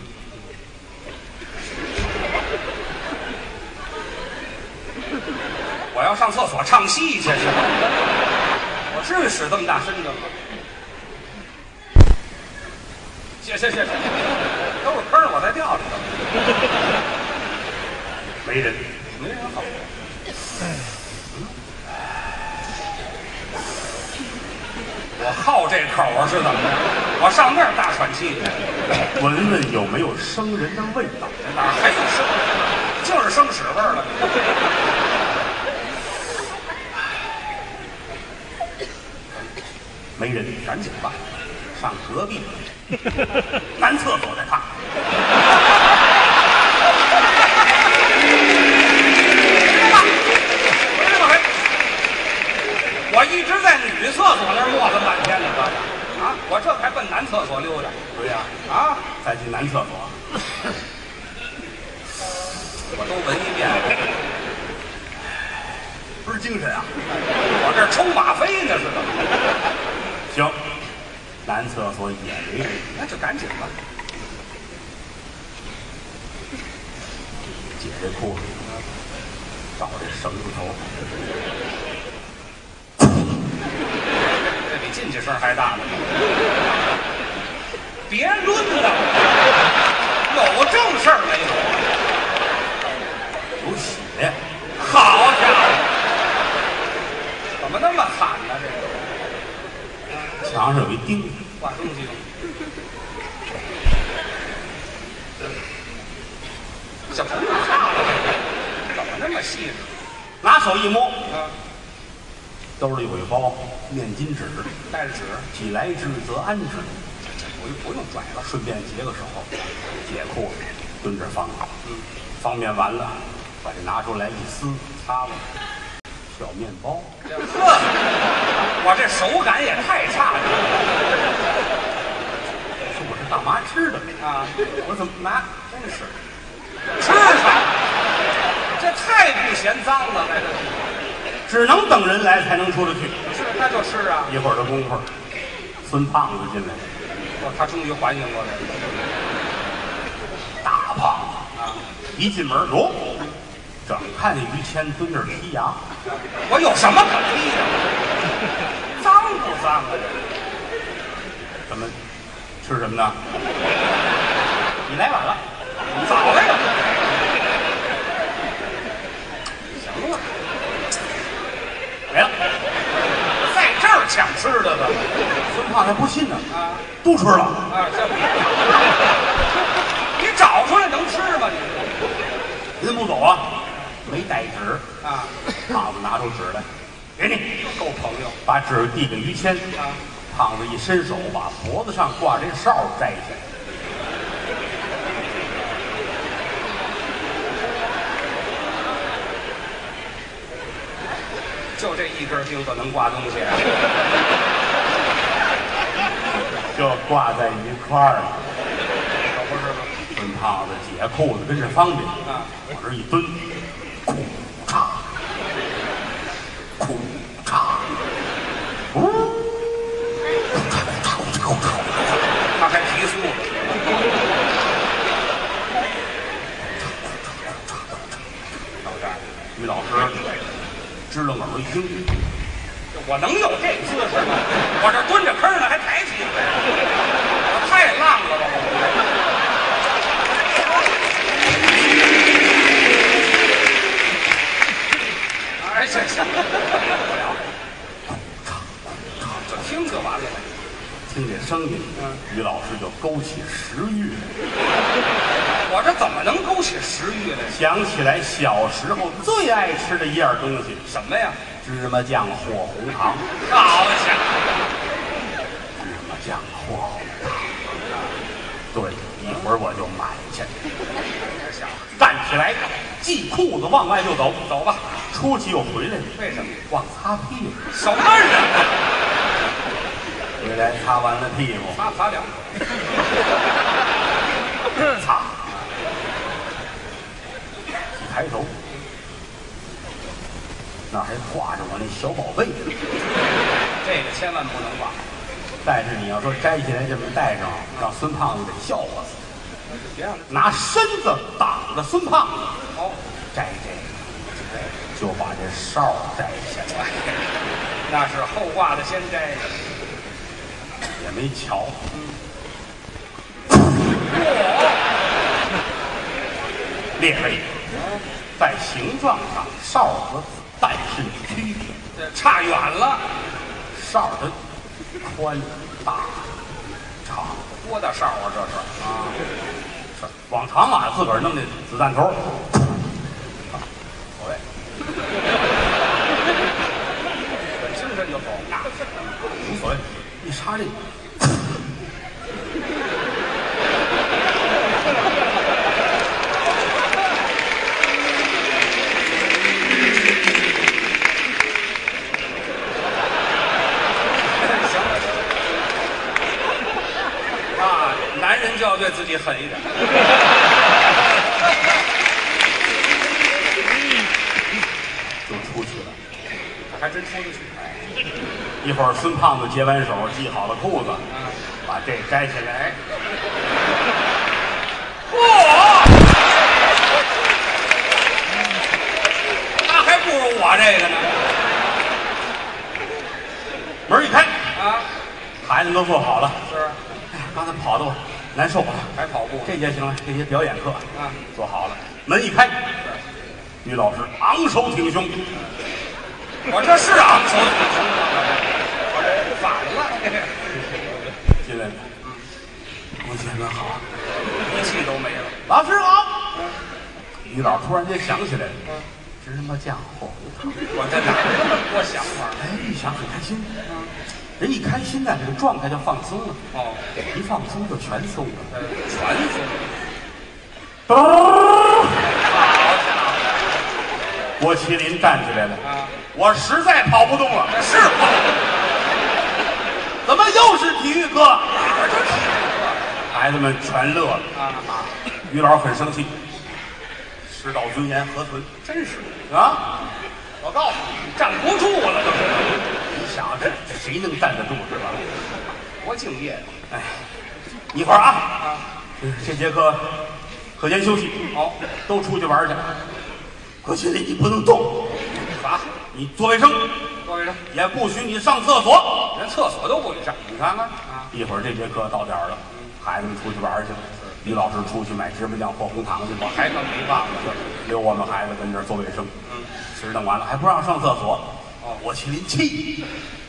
Speaker 2: 我要上厕所唱戏去是吧？我至于使这么大身子吗？谢谢谢谢，都是坑儿，我再掉里头。
Speaker 1: 没人，
Speaker 2: 没人好。我好这口啊，是怎么着？我上那儿大喘气去，
Speaker 1: 闻闻有没有生人的味道。
Speaker 2: 哪儿还有生？就是生屎味儿了。
Speaker 1: 没人，赶紧吧，上隔壁男厕所再看。
Speaker 2: 我一直在女厕所那儿磨蹭半天呢，哥的啊！我这才奔男厕所溜达。
Speaker 1: 对呀、
Speaker 2: 啊，
Speaker 1: 再进男厕所，
Speaker 2: 我都闻一遍，
Speaker 1: 倍儿精神啊！
Speaker 2: 我这儿抽吗啡呢，是怎么着？
Speaker 1: 行，男厕所也没人，
Speaker 2: 那就赶紧吧。
Speaker 1: 解这裤子，找这绳子头，
Speaker 2: 这比进去声还大呢。别抡了，有正事儿没有？
Speaker 1: 有血，
Speaker 2: 好家伙，怎么那么惨呢？这个
Speaker 1: 墙上有一钉子，
Speaker 2: 挂东西用。这不是差了，怎么那么细致？
Speaker 1: 拿手一摸，
Speaker 2: 啊，
Speaker 1: 兜里有一包面巾纸，
Speaker 2: 带着纸，
Speaker 1: 既来之则安之，
Speaker 2: 不不用拽了。
Speaker 1: 顺便解个手，解裤子，蹲着放好。
Speaker 2: 嗯，
Speaker 1: 方便完了，把这拿出来一撕，擦了，小面包。
Speaker 2: 呵，我这手感也太差了
Speaker 1: 说我是干嘛吃的？
Speaker 2: 啊！
Speaker 1: 我怎么拿？真是
Speaker 2: 吃上，这太不嫌脏了，那这
Speaker 1: 只能等人来才能出得去。
Speaker 2: 是那就吃啊！
Speaker 1: 一会儿的功夫，孙胖子进来了，
Speaker 2: 哦，他终于反应过来了
Speaker 1: 大胖子
Speaker 2: 啊！
Speaker 1: 一进门，哟，整看见于谦蹲那儿剔牙，
Speaker 2: 我有什么可踢的？脏不脏啊？
Speaker 1: 怎么吃什么呢？你来晚了，
Speaker 2: 早来了。行了，
Speaker 1: 没了。
Speaker 2: 在这儿抢吃吃的吧？
Speaker 1: 孙胖还不信呢，
Speaker 2: 啊，
Speaker 1: 都吃了
Speaker 2: 啊，这你找出来能吃吗？你
Speaker 1: 您不走啊？没带纸
Speaker 2: 啊，
Speaker 1: 胖子拿出纸来，给你，
Speaker 2: 够朋友
Speaker 1: 把纸递给于谦。
Speaker 2: 啊，
Speaker 1: 胖子一伸手，把脖子上挂这哨摘下来。
Speaker 2: 就这一根钉子能挂东西啊？
Speaker 1: 就挂在一块儿了。
Speaker 2: 可不是吗？
Speaker 1: 孙胖子解裤子跟着方便
Speaker 2: 啊，
Speaker 1: 往这一蹲，裤嚓，裤嚓，呜，
Speaker 2: 他还提速了。到这儿，
Speaker 1: 于老师支棱耳朵一听，
Speaker 2: 我能有这姿势吗？我这蹲着坑呢，还抬起来，我太浪了吧！我哎，行行，不了，就听就完了。
Speaker 1: 听这声音，于老师就勾起食欲来，
Speaker 2: 我这怎么能勾起食欲来？
Speaker 1: 想起来小时候最爱吃的一样东西
Speaker 2: 什么呀？
Speaker 1: ——芝麻酱和红糖。
Speaker 2: 好家伙！
Speaker 1: 芝麻酱和红糖。对，一会儿我就买去。站起来，系裤子往外就走，
Speaker 2: 走吧。
Speaker 1: 出去又回来了，
Speaker 2: 为什么？
Speaker 1: 忘擦屁股。
Speaker 2: 什么人？
Speaker 1: 回来擦完了屁股，
Speaker 2: 擦擦两个，
Speaker 1: 擦。一抬头，那还挂着我那小宝贝。
Speaker 2: 这个千万不能忘。
Speaker 1: 但是你要说摘下来这么戴上，让孙胖子得笑话死。
Speaker 2: 别让他
Speaker 1: 拿身子挡着孙胖子，
Speaker 2: 哦，
Speaker 1: 摘这个，就把这哨摘下来，
Speaker 2: 那是后挂的先摘。
Speaker 1: 也没瞧。列位，在形状上，哨和子弹是有区别，
Speaker 2: 这差远了。
Speaker 1: 哨的宽、大、长，
Speaker 2: 多大哨啊？这是啊，
Speaker 1: 是往长啊，自个儿弄那子弹头，所谓
Speaker 2: 很精神就走。
Speaker 1: 无所谓，一插这个。
Speaker 2: 男人就要对自己狠一点。
Speaker 1: 就出去了，
Speaker 2: 还真出得去。
Speaker 1: 一会儿孙胖子解完手，系好了裤子，把这摘下来。
Speaker 2: 嚯！那还不如我这个呢。
Speaker 1: 门一开，
Speaker 2: 啊，
Speaker 1: 孩子们都坐好了。
Speaker 2: 是。
Speaker 1: 哎呀，刚才跑的我难受了，
Speaker 2: 还跑步。
Speaker 1: 这节行了，这节表演课
Speaker 2: 啊，
Speaker 1: 坐好了。门一开，于老师昂首挺胸。
Speaker 2: 我这是昂首挺胸吗？我这反了。
Speaker 1: 进来了，同学们好，
Speaker 2: 一气都没了。
Speaker 1: 老师好。于老突然间想起来了，芝麻酱和红糖。
Speaker 2: 我这哪儿那么多想法？
Speaker 1: 哎，一想很开心。人一开心呢，这个状态就放松了。
Speaker 2: 哦，
Speaker 1: 一放松就全松了。
Speaker 2: 呃，全松。
Speaker 1: 啊！
Speaker 2: 好家伙！
Speaker 1: 郭麒麟站起来了。
Speaker 2: 啊，
Speaker 1: 我实在跑不动了。
Speaker 2: 这是跑，
Speaker 1: 怎么又是体育课？
Speaker 2: 哪儿就体育课？
Speaker 1: 孩子们全乐了。
Speaker 2: 啊啊！
Speaker 1: 于老师很生气，师道尊严何存？
Speaker 2: 真是
Speaker 1: 啊！
Speaker 2: 我告诉你，站不住了，都是。
Speaker 1: 你想这这谁能站得住是吧？
Speaker 2: 多敬业！
Speaker 1: 哎，一会儿啊，
Speaker 2: 啊，
Speaker 1: 这节课课间休息，
Speaker 2: 好，
Speaker 1: 都出去玩去。郭麒麟，你不能动，
Speaker 2: 罚
Speaker 1: 你做卫生，
Speaker 2: 做卫生，
Speaker 1: 也不许你上厕所。
Speaker 2: 连厕所都不许上。
Speaker 1: 你看看
Speaker 2: 啊，
Speaker 1: 一会儿这节课到点儿了，孩子们出去玩去了。于老师出去买芝麻酱和红糖去，
Speaker 2: 我还能没忘了？
Speaker 1: 留我们孩子跟这儿做卫生。
Speaker 2: 嗯，
Speaker 1: 吃弄完了还不让上厕所。
Speaker 2: 哦
Speaker 1: 郭麒麟气，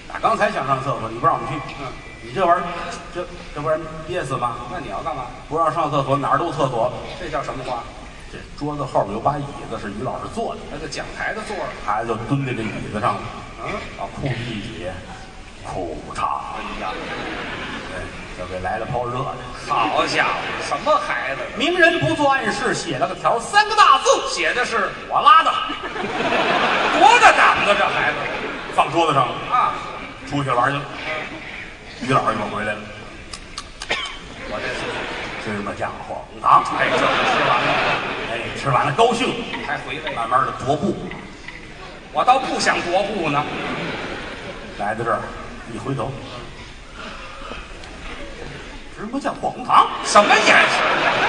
Speaker 1: 打刚才想上厕所，你不让我们去，嗯，你这玩意儿，这这不然憋死吗？
Speaker 2: 那你要干嘛？
Speaker 1: 不让上厕所，哪儿都厕所。
Speaker 2: 这叫什么话？
Speaker 1: 这桌子后边有把椅子，是于老师坐的，
Speaker 2: 那就讲台的座儿，
Speaker 1: 孩子就蹲在这椅子上了，
Speaker 2: 嗯，
Speaker 1: 把裤子一解，裤衩，
Speaker 2: 哎呀，
Speaker 1: 哎，就给来了泡热的。
Speaker 2: 好家伙，什么孩子？
Speaker 1: 明人不做暗事，写了个条，三个大字，
Speaker 2: 写的是
Speaker 1: 我拉的，
Speaker 2: 多大胆子，这孩子
Speaker 1: 放桌子上了，
Speaker 2: 啊！
Speaker 1: 出去玩去了。于老师又回来了，
Speaker 2: 我这是
Speaker 1: 芝麻酱黄糖，
Speaker 2: 哎，这个吃完了，
Speaker 1: 哎，吃完了高兴，
Speaker 2: 还回味。
Speaker 1: 慢慢的踱步，
Speaker 2: 我倒不想踱步呢。
Speaker 1: 来到这儿，一回头，芝麻酱黄糖，
Speaker 2: 什么眼神？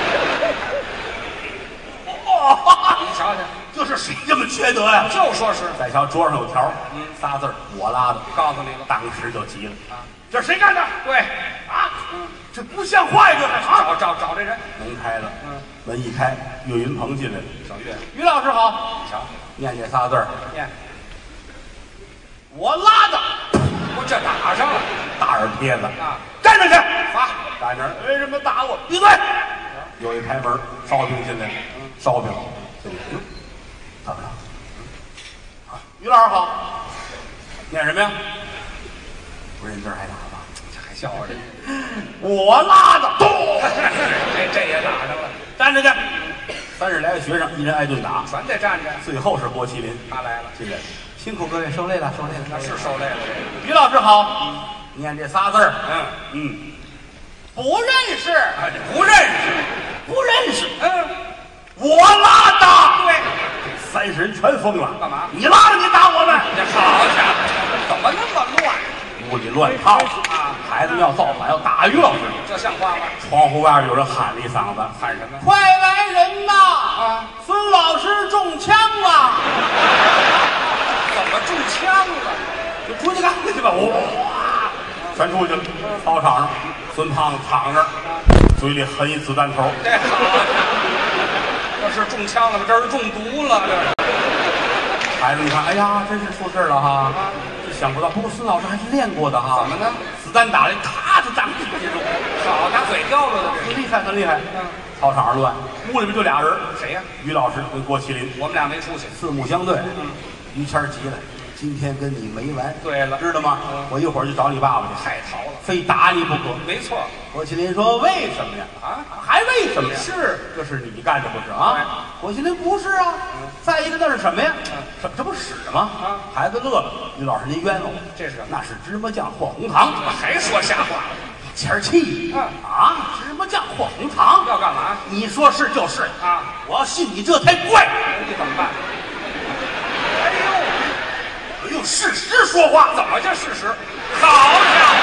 Speaker 1: 哇，
Speaker 2: 你瞧瞧，
Speaker 1: 这是谁这么缺德呀？
Speaker 2: 就说是
Speaker 1: 再瞧桌上有条，
Speaker 2: 嗯，
Speaker 1: 仨字儿我拉的，
Speaker 2: 告诉你了
Speaker 1: 当时就急了
Speaker 2: 啊！
Speaker 1: 这谁干的？
Speaker 2: 对，
Speaker 1: 啊，这不像话呀！这是啊！
Speaker 2: 找找找这人，
Speaker 1: 门开了，
Speaker 2: 嗯，
Speaker 1: 门一开，岳云鹏进来了。
Speaker 2: 小岳，
Speaker 1: 于老师好，
Speaker 2: 你瞧，
Speaker 1: 念这仨字儿，
Speaker 2: 念，
Speaker 1: 我拉的，
Speaker 2: 我这打上了
Speaker 1: 大耳贴子
Speaker 2: 啊！
Speaker 1: 站着去，
Speaker 2: 罚，
Speaker 1: 站着，为什么打我？闭嘴！又一开门，烧饼进来了，烧饼，这里哟，怎么了？啊，于老师好，念什么呀？不认字还打吧？
Speaker 2: 这还笑话人？
Speaker 1: 我拉的，咚！
Speaker 2: 这这也打上了，
Speaker 1: 站着去！三十来个学生，一人挨顿打，
Speaker 2: 全得站着。
Speaker 1: 最后是郭麒麟，
Speaker 2: 他来了，
Speaker 1: 进来了，辛苦各位，受累了，受累了。
Speaker 2: 那是受累了。
Speaker 1: 于老师好，念这仨字儿，
Speaker 2: 嗯
Speaker 1: 嗯，不认识，
Speaker 2: 啊，你不认识？
Speaker 1: 不认识，
Speaker 2: 嗯，
Speaker 1: 我拉的。
Speaker 2: 对，
Speaker 1: 三十人全疯了，
Speaker 2: 干嘛
Speaker 1: 你拉的，你打我们，
Speaker 2: 这好家伙，怎么那么乱
Speaker 1: 屋里乱套
Speaker 2: 啊？
Speaker 1: 孩子要造反，要打于老师。
Speaker 2: 这像话吗？
Speaker 1: 窗户外有人喊了一嗓子，
Speaker 2: 喊什么？
Speaker 1: 快来人呐！
Speaker 2: 啊，
Speaker 1: 孙老师中枪了！
Speaker 2: 怎么中枪了？
Speaker 1: 就出去干去吧！哇，全出去了。操场上，孙胖子躺那儿，嘴里含一子弹头。
Speaker 2: 这好，这是中枪了吗？这是中毒了，这是。
Speaker 1: 孩子，你看，哎呀，真是出事了哈！这想不到，不过孙老师还是练过的哈。
Speaker 2: 怎么呢？
Speaker 1: 子弹打来，咔就长鼻子。
Speaker 2: 好，打嘴掉了的这
Speaker 1: 很厉害，很厉害。
Speaker 2: 嗯，
Speaker 1: 操场上乱，屋里边就俩人，
Speaker 2: 谁呀？
Speaker 1: 于老师跟郭麒麟，
Speaker 2: 我们俩没出息。
Speaker 1: 四目相对。
Speaker 2: 嗯，
Speaker 1: 于谦儿急了，今天跟你没完。
Speaker 2: 对了，
Speaker 1: 知道吗？
Speaker 2: 嗯
Speaker 1: 我一会儿就找你爸爸去，
Speaker 2: 太淘了。
Speaker 1: 非打你不可。
Speaker 2: 没错
Speaker 1: 郭麒麟说：“为什么呀？
Speaker 2: 啊，
Speaker 1: 还为什么呀？
Speaker 2: 是，
Speaker 1: 这是你干的不是啊？”郭麒麟不是啊。再一个那是什么呀？什这不是屎吗？
Speaker 2: 啊，
Speaker 1: 孩子乐了。于老师您冤枉我，
Speaker 2: 这是什么？
Speaker 1: 那是芝麻酱和红糖。
Speaker 2: 还说瞎话？
Speaker 1: 谦儿气。
Speaker 2: 嗯
Speaker 1: 啊，芝麻酱和红糖
Speaker 2: 要干嘛？
Speaker 1: 你说是就是
Speaker 2: 啊，
Speaker 1: 我要信你这才怪。
Speaker 2: 你怎么办？哎呦，
Speaker 1: 用事实说话，
Speaker 2: 怎么叫事实？好家伙！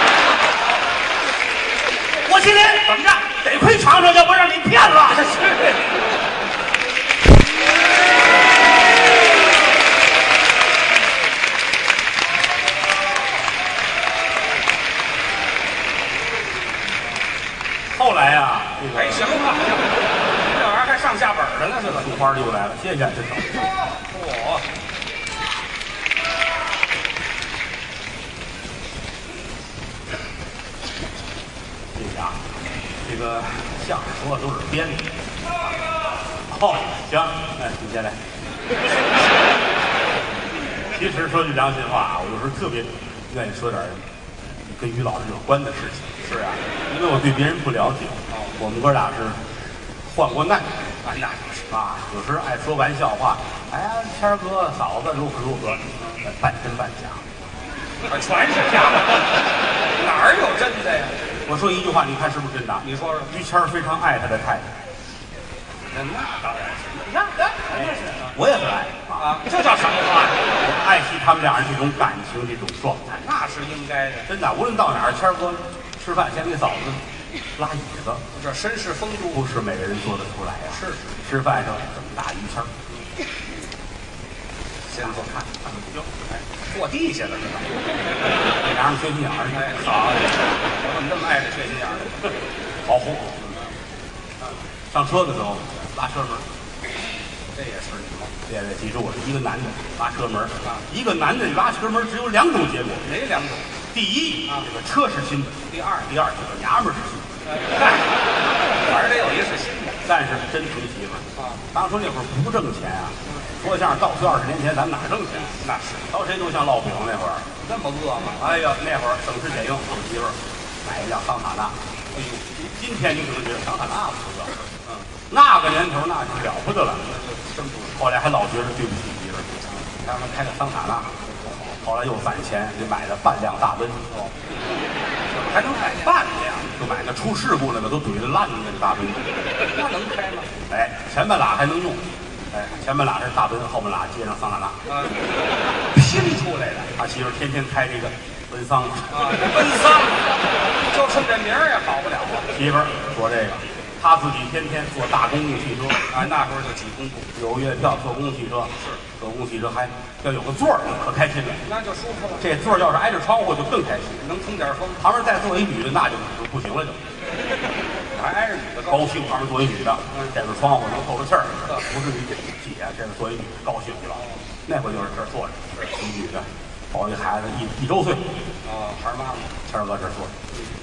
Speaker 1: 郭麒麟怎么着？得亏尝尝，要不让你骗了。后来呀、这个
Speaker 2: 哎，行了，这玩意儿还上下本了呢，这个。
Speaker 1: 绣花又来了，谢谢这手。
Speaker 2: 嚯！
Speaker 1: 谢谢啊，这个相声说的都是编的。哦，行，哎，你先来。其实说句良心话，我有时候特别愿意说点跟于老师有关的事情。
Speaker 2: 是啊，
Speaker 1: 因为我对别人不了解。
Speaker 2: 哦，
Speaker 1: 我们哥俩是患过难
Speaker 2: 啊，那就是
Speaker 1: 啊，有时爱说玩笑话。哎呀，谦儿哥、嫂子如何如何，半真半假。
Speaker 2: 啊，全是假的，哪儿有真的呀？
Speaker 1: 我说一句话，你看是不是真的？
Speaker 2: 你说说。
Speaker 1: 于谦儿非常爱他的太太。
Speaker 2: 那当然是。
Speaker 1: 你看，哎，我也很爱
Speaker 2: 啊，
Speaker 1: 啊，
Speaker 2: 这叫什么话呀？
Speaker 1: 爱惜他们俩人这种感情，这种状态。
Speaker 2: 那是应该的。
Speaker 1: 真的，无论到哪儿，谦儿哥吃饭先给嫂子拉椅子，
Speaker 2: 这绅士风度
Speaker 1: 不是每个人做得出来呀。
Speaker 2: 是是，
Speaker 1: 吃饭上这么大于谦儿，
Speaker 2: 先坐
Speaker 1: 看看着不行，哎，
Speaker 2: 坐地下了是吧？
Speaker 1: 这俩人缺心眼儿，
Speaker 2: 哎，好，我怎么那么爱这缺心眼儿呢？
Speaker 1: 保护。上车的时候拉车门，
Speaker 2: 这也是你吗？
Speaker 1: 列位记住了，一个男的拉车门啊，一个男的拉车门只有两种结果，
Speaker 2: 哪两种？
Speaker 1: 第一，啊，这个车是新的；
Speaker 2: 第二，
Speaker 1: 第二，这个娘们儿是新的。
Speaker 2: 反正得有一是新的。
Speaker 1: 但是真疼媳妇儿啊！当初那会儿不挣钱啊，说相声倒退二十年前，咱们哪挣钱？
Speaker 2: 那是，
Speaker 1: 到谁都像烙饼那会儿，
Speaker 2: 那么饿吗？
Speaker 1: 哎呀，那会儿省吃俭用，给媳妇儿买一辆桑塔纳。哎呦，今天你可能觉得桑塔纳不错，嗯，那个年头那就了不得了，真不。后来还老觉得对不起媳妇儿，让他开个桑塔纳，后来又攒钱给买了半辆大奔，哦，
Speaker 2: 还能买半辆？
Speaker 1: 就买那出事故那个都怼得烂的那个大奔，
Speaker 2: 那能开吗？
Speaker 1: 哎，前半拉还能用，哎，前半拉是大奔，后半拉接上桑塔纳，
Speaker 2: 啊，拼出来的。
Speaker 1: 他媳妇天天开这个奔桑
Speaker 2: 啊，奔桑，就冲这名儿也好不了啊。
Speaker 1: 媳妇儿说这个，他自己天天坐大公共汽车，
Speaker 2: 啊，那时候就挤公共，
Speaker 1: 有月票坐公共汽车，是坐公共汽车还要有个座儿，可开心了。
Speaker 2: 那就舒服了。
Speaker 1: 这座儿要是挨着窗户就更开心，
Speaker 2: 能通点风。
Speaker 1: 旁边再坐一女的，那就不行了，就
Speaker 2: 还挨着女的
Speaker 1: 高兴。旁边坐一女的，这边窗户能透着气儿，不是你姐，这边坐一女的高兴去了。那会就是这儿坐着，一女的抱一孩子一一周岁，
Speaker 2: 哦，孩儿妈妈，
Speaker 1: 谦儿哥这儿坐着。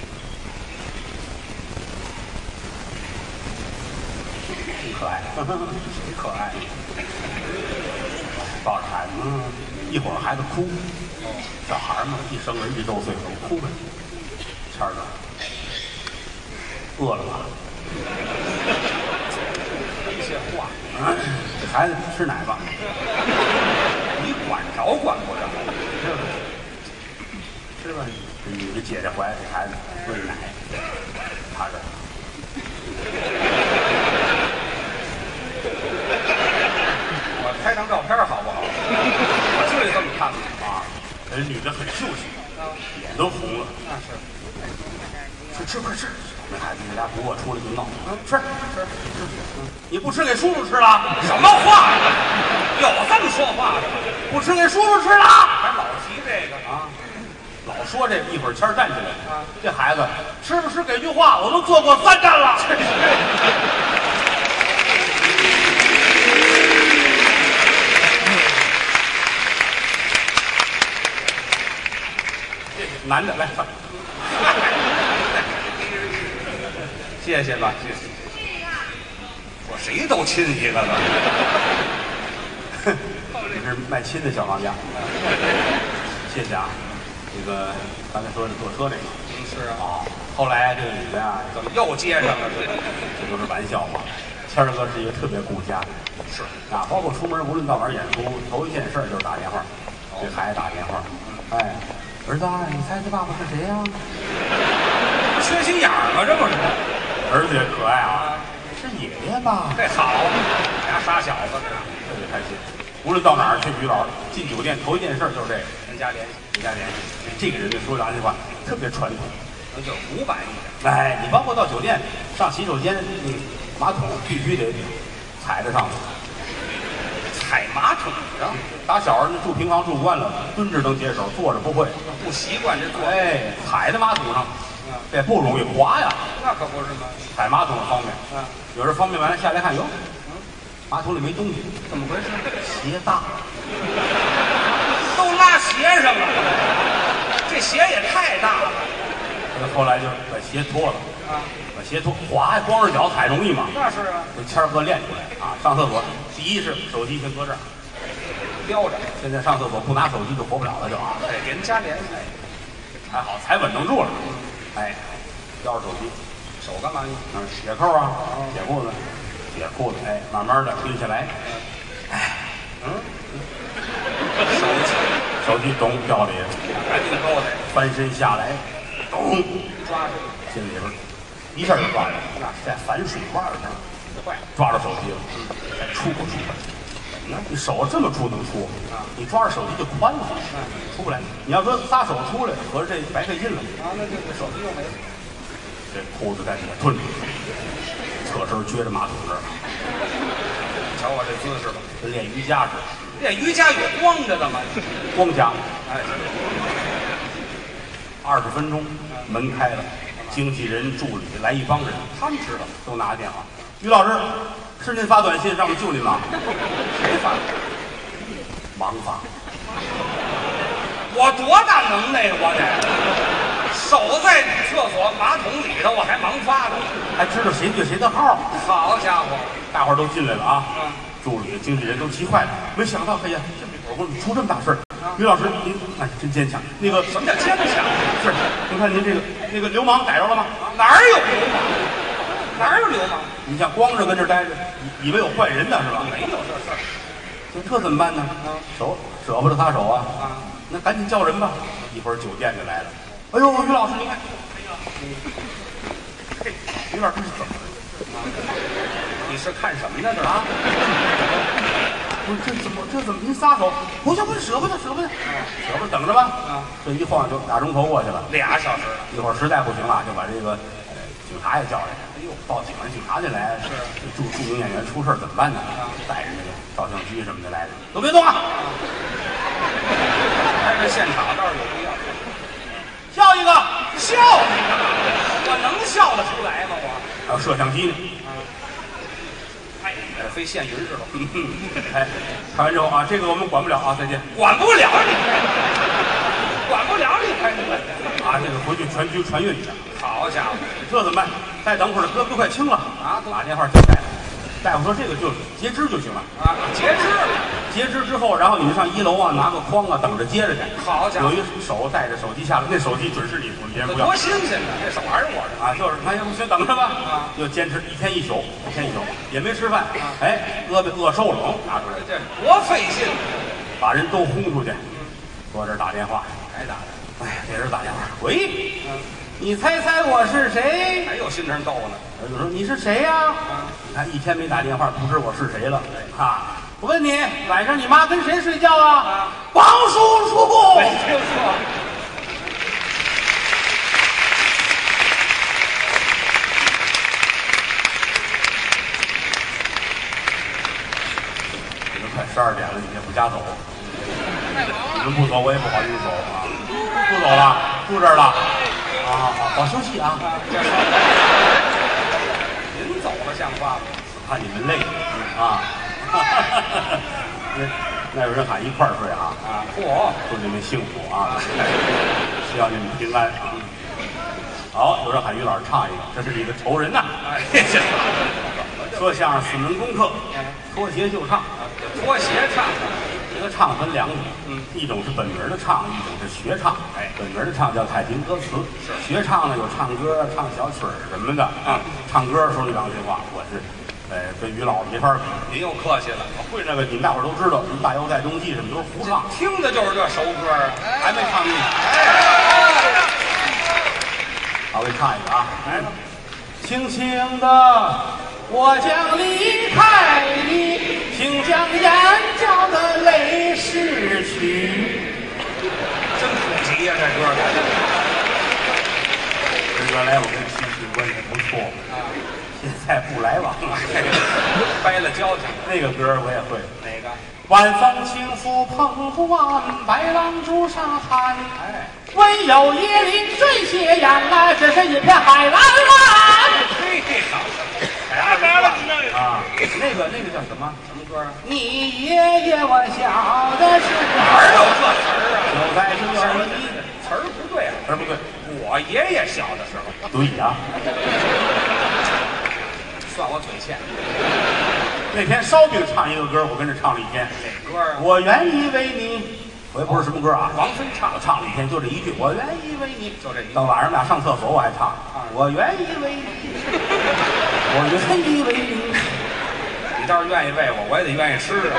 Speaker 1: 挺可爱，谁可爱？抱着孩子，嗯，一会儿孩子哭，小孩嘛，一生人一周岁都哭呗。谦儿哥，饿了吧？
Speaker 2: 一些话，
Speaker 1: 嗯，这孩子吃奶吧？
Speaker 2: 你管着管不着？
Speaker 1: 吃吧，这女的解着怀，这孩子喂奶，趴着。
Speaker 2: 我拍张照片好不好？我就得这么看
Speaker 1: 啊，人女的很秀气，脸都红了。
Speaker 2: 那是，
Speaker 1: 吃吃快吃！那孩子那家不饿，出来就闹。嗯，吃吃吃，嗯，你不吃给叔叔吃了？
Speaker 2: 什么话？有这么说话的吗？
Speaker 1: 不吃给叔叔吃了？
Speaker 2: 还老提这个
Speaker 1: 啊？老说这一会儿谦儿站起来啊，这孩子吃不吃给句话，我都做过三站了。男的来，
Speaker 2: 谢谢吧，谢谢。我谁都亲一个了。
Speaker 1: 你是卖亲的小当家，谢谢啊。这个刚才说的坐车这个，
Speaker 2: 嗯，是
Speaker 1: 啊。后来这个女的呀，
Speaker 2: 怎么又接上了？
Speaker 1: 这都是玩笑话。谦儿哥是一个特别顾家的，
Speaker 2: 是
Speaker 1: 啊，包括出门无论到哪儿演出，头一件事就是打电话，给孩子打电话，哎。儿子，你猜他爸爸是谁呀、啊？
Speaker 2: 缺心眼儿吗？这不是？
Speaker 1: 儿子也可爱啊，是爷爷吧？
Speaker 2: 这好，俩傻小子，
Speaker 1: 特别开心。无论到哪儿去，于老师进酒店头一件事就是这个，
Speaker 2: 人家联系，
Speaker 1: 人家联系。这个人就说良心话，特别传统，
Speaker 2: 那就古板一点。
Speaker 1: 哎，你包括到酒店上洗手间，你马桶必须得踩着上。
Speaker 2: 踩马桶上，
Speaker 1: 打小住平房住惯了，蹲着能接手，坐着不会，
Speaker 2: 不习惯这坐。
Speaker 1: 哎，踩在马桶上，这不容易滑呀。
Speaker 2: 那可不是吗？
Speaker 1: 踩马桶方便，
Speaker 2: 嗯，
Speaker 1: 有人方便完了下来看，哟，马桶里没东西，
Speaker 2: 怎么回事？
Speaker 1: 鞋大，
Speaker 2: 都拉鞋上了，这鞋也太大了。
Speaker 1: 后来就把鞋脱了，啊，把鞋脱，滑呀，光着脚踩容易吗？
Speaker 2: 那是啊，
Speaker 1: 这谦儿哥练出来啊，上厕所。第一是手机先搁这儿，
Speaker 2: 叼着。
Speaker 1: 现在上厕所不拿手机就活不了了，就啊。
Speaker 2: 对，人家联系，
Speaker 1: 还好踩稳当住了。哎，叼着手机，
Speaker 2: 手干嘛用？
Speaker 1: 嗯，解扣啊，解裤子，解裤子，哎，慢慢的蹲下来，哎，嗯，
Speaker 2: 手机，
Speaker 1: 手机咚掉里，
Speaker 2: 赶紧勾的，
Speaker 1: 翻身下来，咚
Speaker 2: 抓住，
Speaker 1: 心里边一下就抓着，那在反水罐上。
Speaker 2: 快
Speaker 1: 抓着手机了，再出不出来？你手这么粗能出？你抓着手机就宽了，出不来。你要说撒手出来，合着这白费劲了。
Speaker 2: 啊，那就手机又没了。
Speaker 1: 这裤子在底下吞着，侧身撅着马桶这儿。
Speaker 2: 瞧我这姿势吧，
Speaker 1: 跟练瑜伽似的。
Speaker 2: 练瑜伽有光着的吗？
Speaker 1: 光脚。
Speaker 2: 哎，
Speaker 1: 二十分钟，门开了，经纪人、助理来一帮人，他们知道，都拿电话。于老师， 是您发短信让我们救您吗？
Speaker 2: 谁发？
Speaker 1: 忙发。
Speaker 2: 我多大能耐呀！我得手在厕所马桶里头，我还忙发呢，
Speaker 1: 还知道谁对谁的号。
Speaker 2: 好家伙，
Speaker 1: 大伙儿都进来了啊！
Speaker 2: 嗯，
Speaker 1: 助理、经纪人都急坏了，没想到，哎呀，这会儿我出这么大事儿。于老师，您哎真坚强。那个
Speaker 2: 什么叫坚强？
Speaker 1: 是，您看您这个那个流氓逮着了吗？
Speaker 2: 哪儿有流氓？哪儿有流氓？
Speaker 1: 你像光着跟这儿待着，以以为有坏人呢是吧？
Speaker 2: 没有这事儿。
Speaker 1: 这这怎么办呢？
Speaker 2: 啊，
Speaker 1: 手舍不得撒手啊！
Speaker 2: 啊，
Speaker 1: 那赶紧叫人吧。一会儿酒店就来了。哎呦，于老师，你看，嘿，于老师这是怎么了？
Speaker 2: 你是看什么呢？这啊？
Speaker 1: 不是这怎么这怎么您撒手？不行不行，舍不得舍不得，舍不得等着吧。
Speaker 2: 啊，
Speaker 1: 这一晃就俩钟头过去了，
Speaker 2: 俩小时了。
Speaker 1: 一会儿实在不行了，就把这个呃警察也叫来。哎呦，报警了，警察就来。
Speaker 2: 是
Speaker 1: 著著名演员出事怎么办呢？带着那个照相机什么的来了，都别动啊！
Speaker 2: 拍个现场倒是有必要。
Speaker 1: 笑一个，
Speaker 2: 笑你干嘛？我能笑得出来吗？我
Speaker 1: 还有摄像机呢。
Speaker 2: 哎，非现云似的。
Speaker 1: 哎，看完之后啊，这个我们管不了啊，再见。
Speaker 2: 管不了你，管不了你，开什么？
Speaker 1: 啊，这个回去全局传阅一下。
Speaker 2: 好家伙，
Speaker 1: 这怎么办？再等会儿，胳膊快青了
Speaker 2: 啊！
Speaker 1: 打电话给大夫，大夫说这个就截肢就行了。
Speaker 2: 啊，截肢，
Speaker 1: 截肢之后，然后你们上一楼啊，拿个筐啊，等着接着去。
Speaker 2: 好家伙，
Speaker 1: 有一手带着手机下来，那手机准是你的，别人不要。
Speaker 2: 多新鲜呢！这手还是我的
Speaker 1: 啊，就是，那行先等着吧。
Speaker 2: 啊，
Speaker 1: 又坚持一天一宿，一天一宿也没吃饭。哎，胳膊饿瘦了，拿出来，
Speaker 2: 这多费劲，
Speaker 1: 把人都轰出去。说这打电话，
Speaker 2: 还打的。
Speaker 1: 哎呀，这人打电话，喂，你猜猜我是谁？
Speaker 2: 还有心肠逗呢。
Speaker 1: 我就说你是谁呀？你看一天没打电话，不知我是谁了。啊，我问你，晚上你妈跟谁睡觉啊？王叔叔。
Speaker 2: 没听说。
Speaker 1: 你们快十二点了，你也不家走？你们不走，我也不好意思走啊。不走了，住这儿了。啊，好，好休息啊。
Speaker 2: 您走了像话吗？
Speaker 1: 怕你们累啊。那那有人喊一块儿睡啊。
Speaker 2: 啊，嚯！
Speaker 1: 祝你们幸福啊！希望你们平安啊！好，有人喊于老师唱一个，这是你的仇人呐！
Speaker 2: 哎，这
Speaker 1: 说相声四门功课，脱鞋就唱。
Speaker 2: 脱鞋唱，
Speaker 1: 这个唱分两种，嗯，一种是本名的唱，一种是学唱。
Speaker 2: 哎，
Speaker 1: 本名的唱叫太平歌词，
Speaker 2: 是
Speaker 1: 学唱呢有唱歌、唱小曲儿什么的啊。唱歌说句良心话，我是，呃，跟于老师没法比。
Speaker 2: 您又客气了。
Speaker 1: 我会那个，你们大伙儿都知道，什么大腰带冬季什么都是胡唱，
Speaker 2: 听的就是这熟歌啊，
Speaker 1: 还没唱腻。
Speaker 2: 哎，
Speaker 1: 好，我给你唱一个啊，来吧。轻轻的，我将离开你，请将眼角的泪拭去。
Speaker 2: 真普及呀，这歌儿。
Speaker 1: 原来我跟齐秦关系不错，现在不来往了，
Speaker 2: 掰了交情。
Speaker 1: 那个歌我也会。
Speaker 2: 哪个？
Speaker 1: 晚风轻拂澎湖湾，白浪逐沙滩。
Speaker 2: 哎，
Speaker 1: 唯有椰林缀斜阳啊，这是一片海蓝蓝。
Speaker 2: 嘿嘿，好，
Speaker 1: 太白了，啊，那个那个叫什么？
Speaker 2: 什么歌啊？
Speaker 1: 你爷爷我小的时
Speaker 2: 哪
Speaker 1: 候，
Speaker 2: 有这词儿啊？
Speaker 1: 就在这里。
Speaker 2: 词儿不对啊，
Speaker 1: 词儿不对，
Speaker 2: 我爷爷小的时候，
Speaker 1: 对呀。
Speaker 2: 算我嘴欠。
Speaker 1: 那天烧饼唱一个歌，我跟着唱了一天。
Speaker 2: 哪歌啊？
Speaker 1: 我愿意为你，我也不是什么歌啊，
Speaker 2: 王菲唱
Speaker 1: 我唱了一天，就这一句，我愿意为你，
Speaker 2: 就这一句
Speaker 1: 到晚上我俩上厕所我还唱，我愿意为你，我愿意为你。
Speaker 2: 你倒是愿意喂我，我也得愿意吃啊。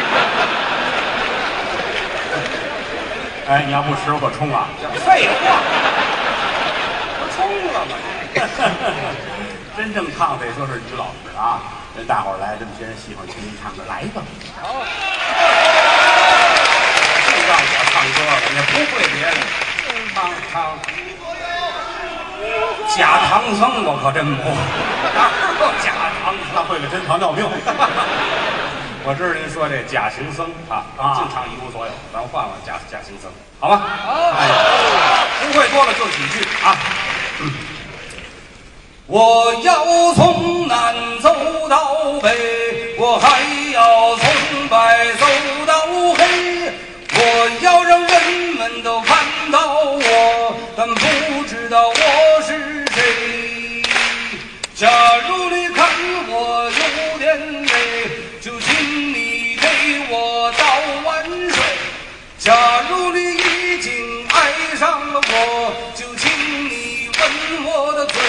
Speaker 1: 哎，你要不吃我可冲啊！
Speaker 2: 废话，不冲了吗？
Speaker 1: 真正唱得说是于老师啊，人大伙儿来这么些人喜欢听您唱歌，来吧。
Speaker 2: 好，
Speaker 1: 就让我唱歌了，
Speaker 2: 也不会别的，唱唱。假唐僧我可真不会，哪有假唐僧？
Speaker 1: 他会个真糖尿病。
Speaker 2: 我知道您说这假行僧啊，
Speaker 1: 啊
Speaker 2: 净唱一无所有，咱换换假假行僧，好吗？
Speaker 1: 哎，
Speaker 2: 不会多了就几句啊。我要从南走到北，我还要从白走到黑。我要让人们都看到我，但不知道我是谁。假如你看我有点累，就请你给我倒碗水。假如你已经爱上了我，就请你吻我的嘴。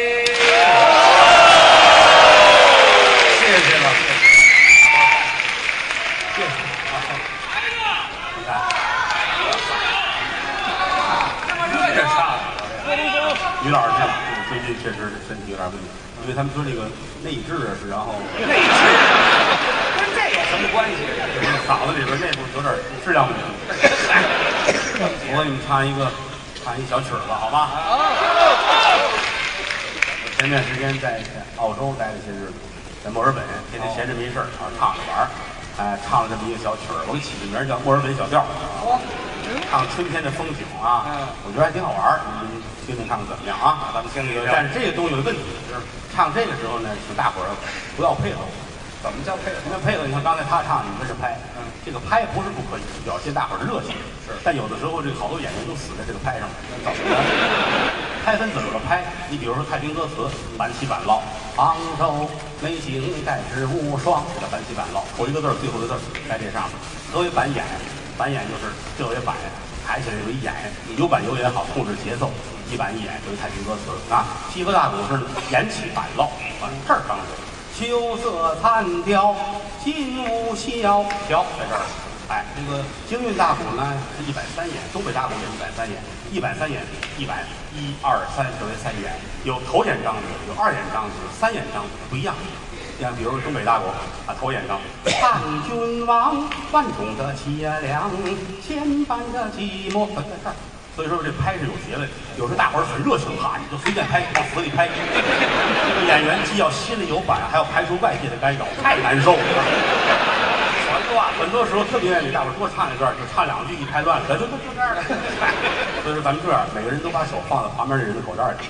Speaker 2: 谢谢了，谢谢。你看，这么热也差了。
Speaker 1: 于老师这样，最近确实身体有点问题，因为他们说这个内痔啊是，然后
Speaker 2: 内痔跟这有什么关系？
Speaker 1: 嗓子里边内部有点质量问题。我给你们唱一个，唱一小曲儿吧，好吧？我前段时间在澳洲待了些日子，在墨尔本，天天闲着没事儿啊，唱着玩儿，哎，唱了这么一个小曲儿，我给起的名儿叫《墨尔本小调》，唱春天的风景啊，我觉得还挺好玩儿，你们听听看看怎么样啊？咱们听听。但是这个东西有问题，就是唱这个时候呢，请大伙儿不要配合我。
Speaker 2: 怎么叫配合？
Speaker 1: 你看配合，你看刚才他唱，你跟着拍，嗯，这个拍不是不可以，表现大伙儿的热情。是，但有的时候这个好多演员都死在这个拍上了。怎么呢？拍分怎么个拍？你比如说太平歌词，板起板落，杭州美景盖世无双，这叫板起板落，头一个字最后一个字在这上面。何为板演？板演就是这为板，抬起来有一演，有板有眼好控制节奏，一板一眼就是太平歌词啊。西河大鼓是演起板落，往这儿刚走。秋色残凋，金屋萧条，在这儿。哎，这个京韵大鼓呢是一板三眼，东北大鼓也一板三眼，一板三眼，一板一二三这为三眼，有头眼张子，有二眼张子，三眼张子不一样。像比如东北大鼓啊，头眼张，看君王，万种的凄凉，千般的寂寞，在这儿。所以说这拍是有节位，有时候大伙儿很热情哈，你就随便拍，往死里拍。这个演员既要心里有板，还要排除外界的干扰，太难受了。全乱，很多时候特别愿意给大伙儿多唱一段，就唱两句，一拍乱了，就就就这样了。所以说咱们这样，每个人都把手放在旁边的人的口袋里。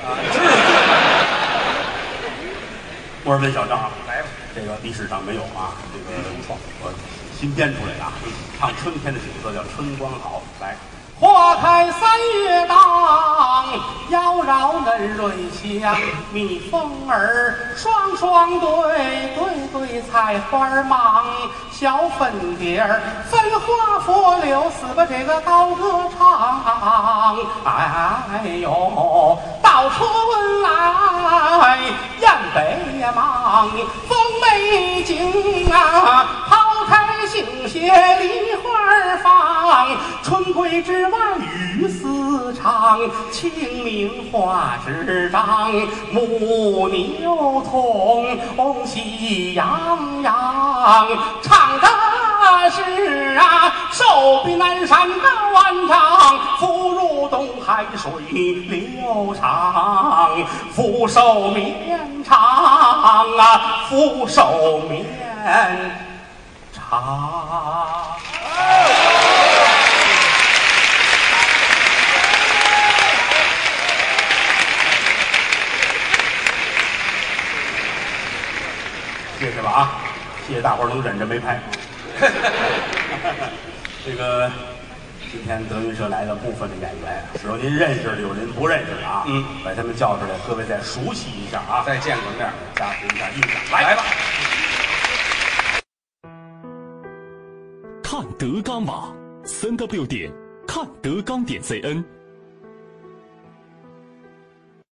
Speaker 1: 墨尔本小调来吧，这个历史上没有啊，这个我新编出来的啊，唱春天的景色叫春光好，来。花开三月档，妖娆嫩蕊香，蜜蜂儿双双对，对对采花忙，小粉蝶儿分花佛柳，似把这个高歌唱。哎呦，到春来雁北忙，风美景啊，抛开杏谢梨花放，春归之外雨丝长，清明花枝张，母牛童喜洋洋，唱的是啊，寿比南山高万丈，福如东海水流长，福寿绵长啊，福寿绵长。谢谢吧啊！谢谢大伙儿能忍着没拍。这个今天德云社来了部分的演员，有您认识的，有您不认识的啊。嗯，把他们叫出来，各位再熟悉一下啊，
Speaker 2: 再见个面，
Speaker 1: 加深一下印象。来
Speaker 2: 来吧。
Speaker 3: 看德纲网，三 w 点看德纲点 cn。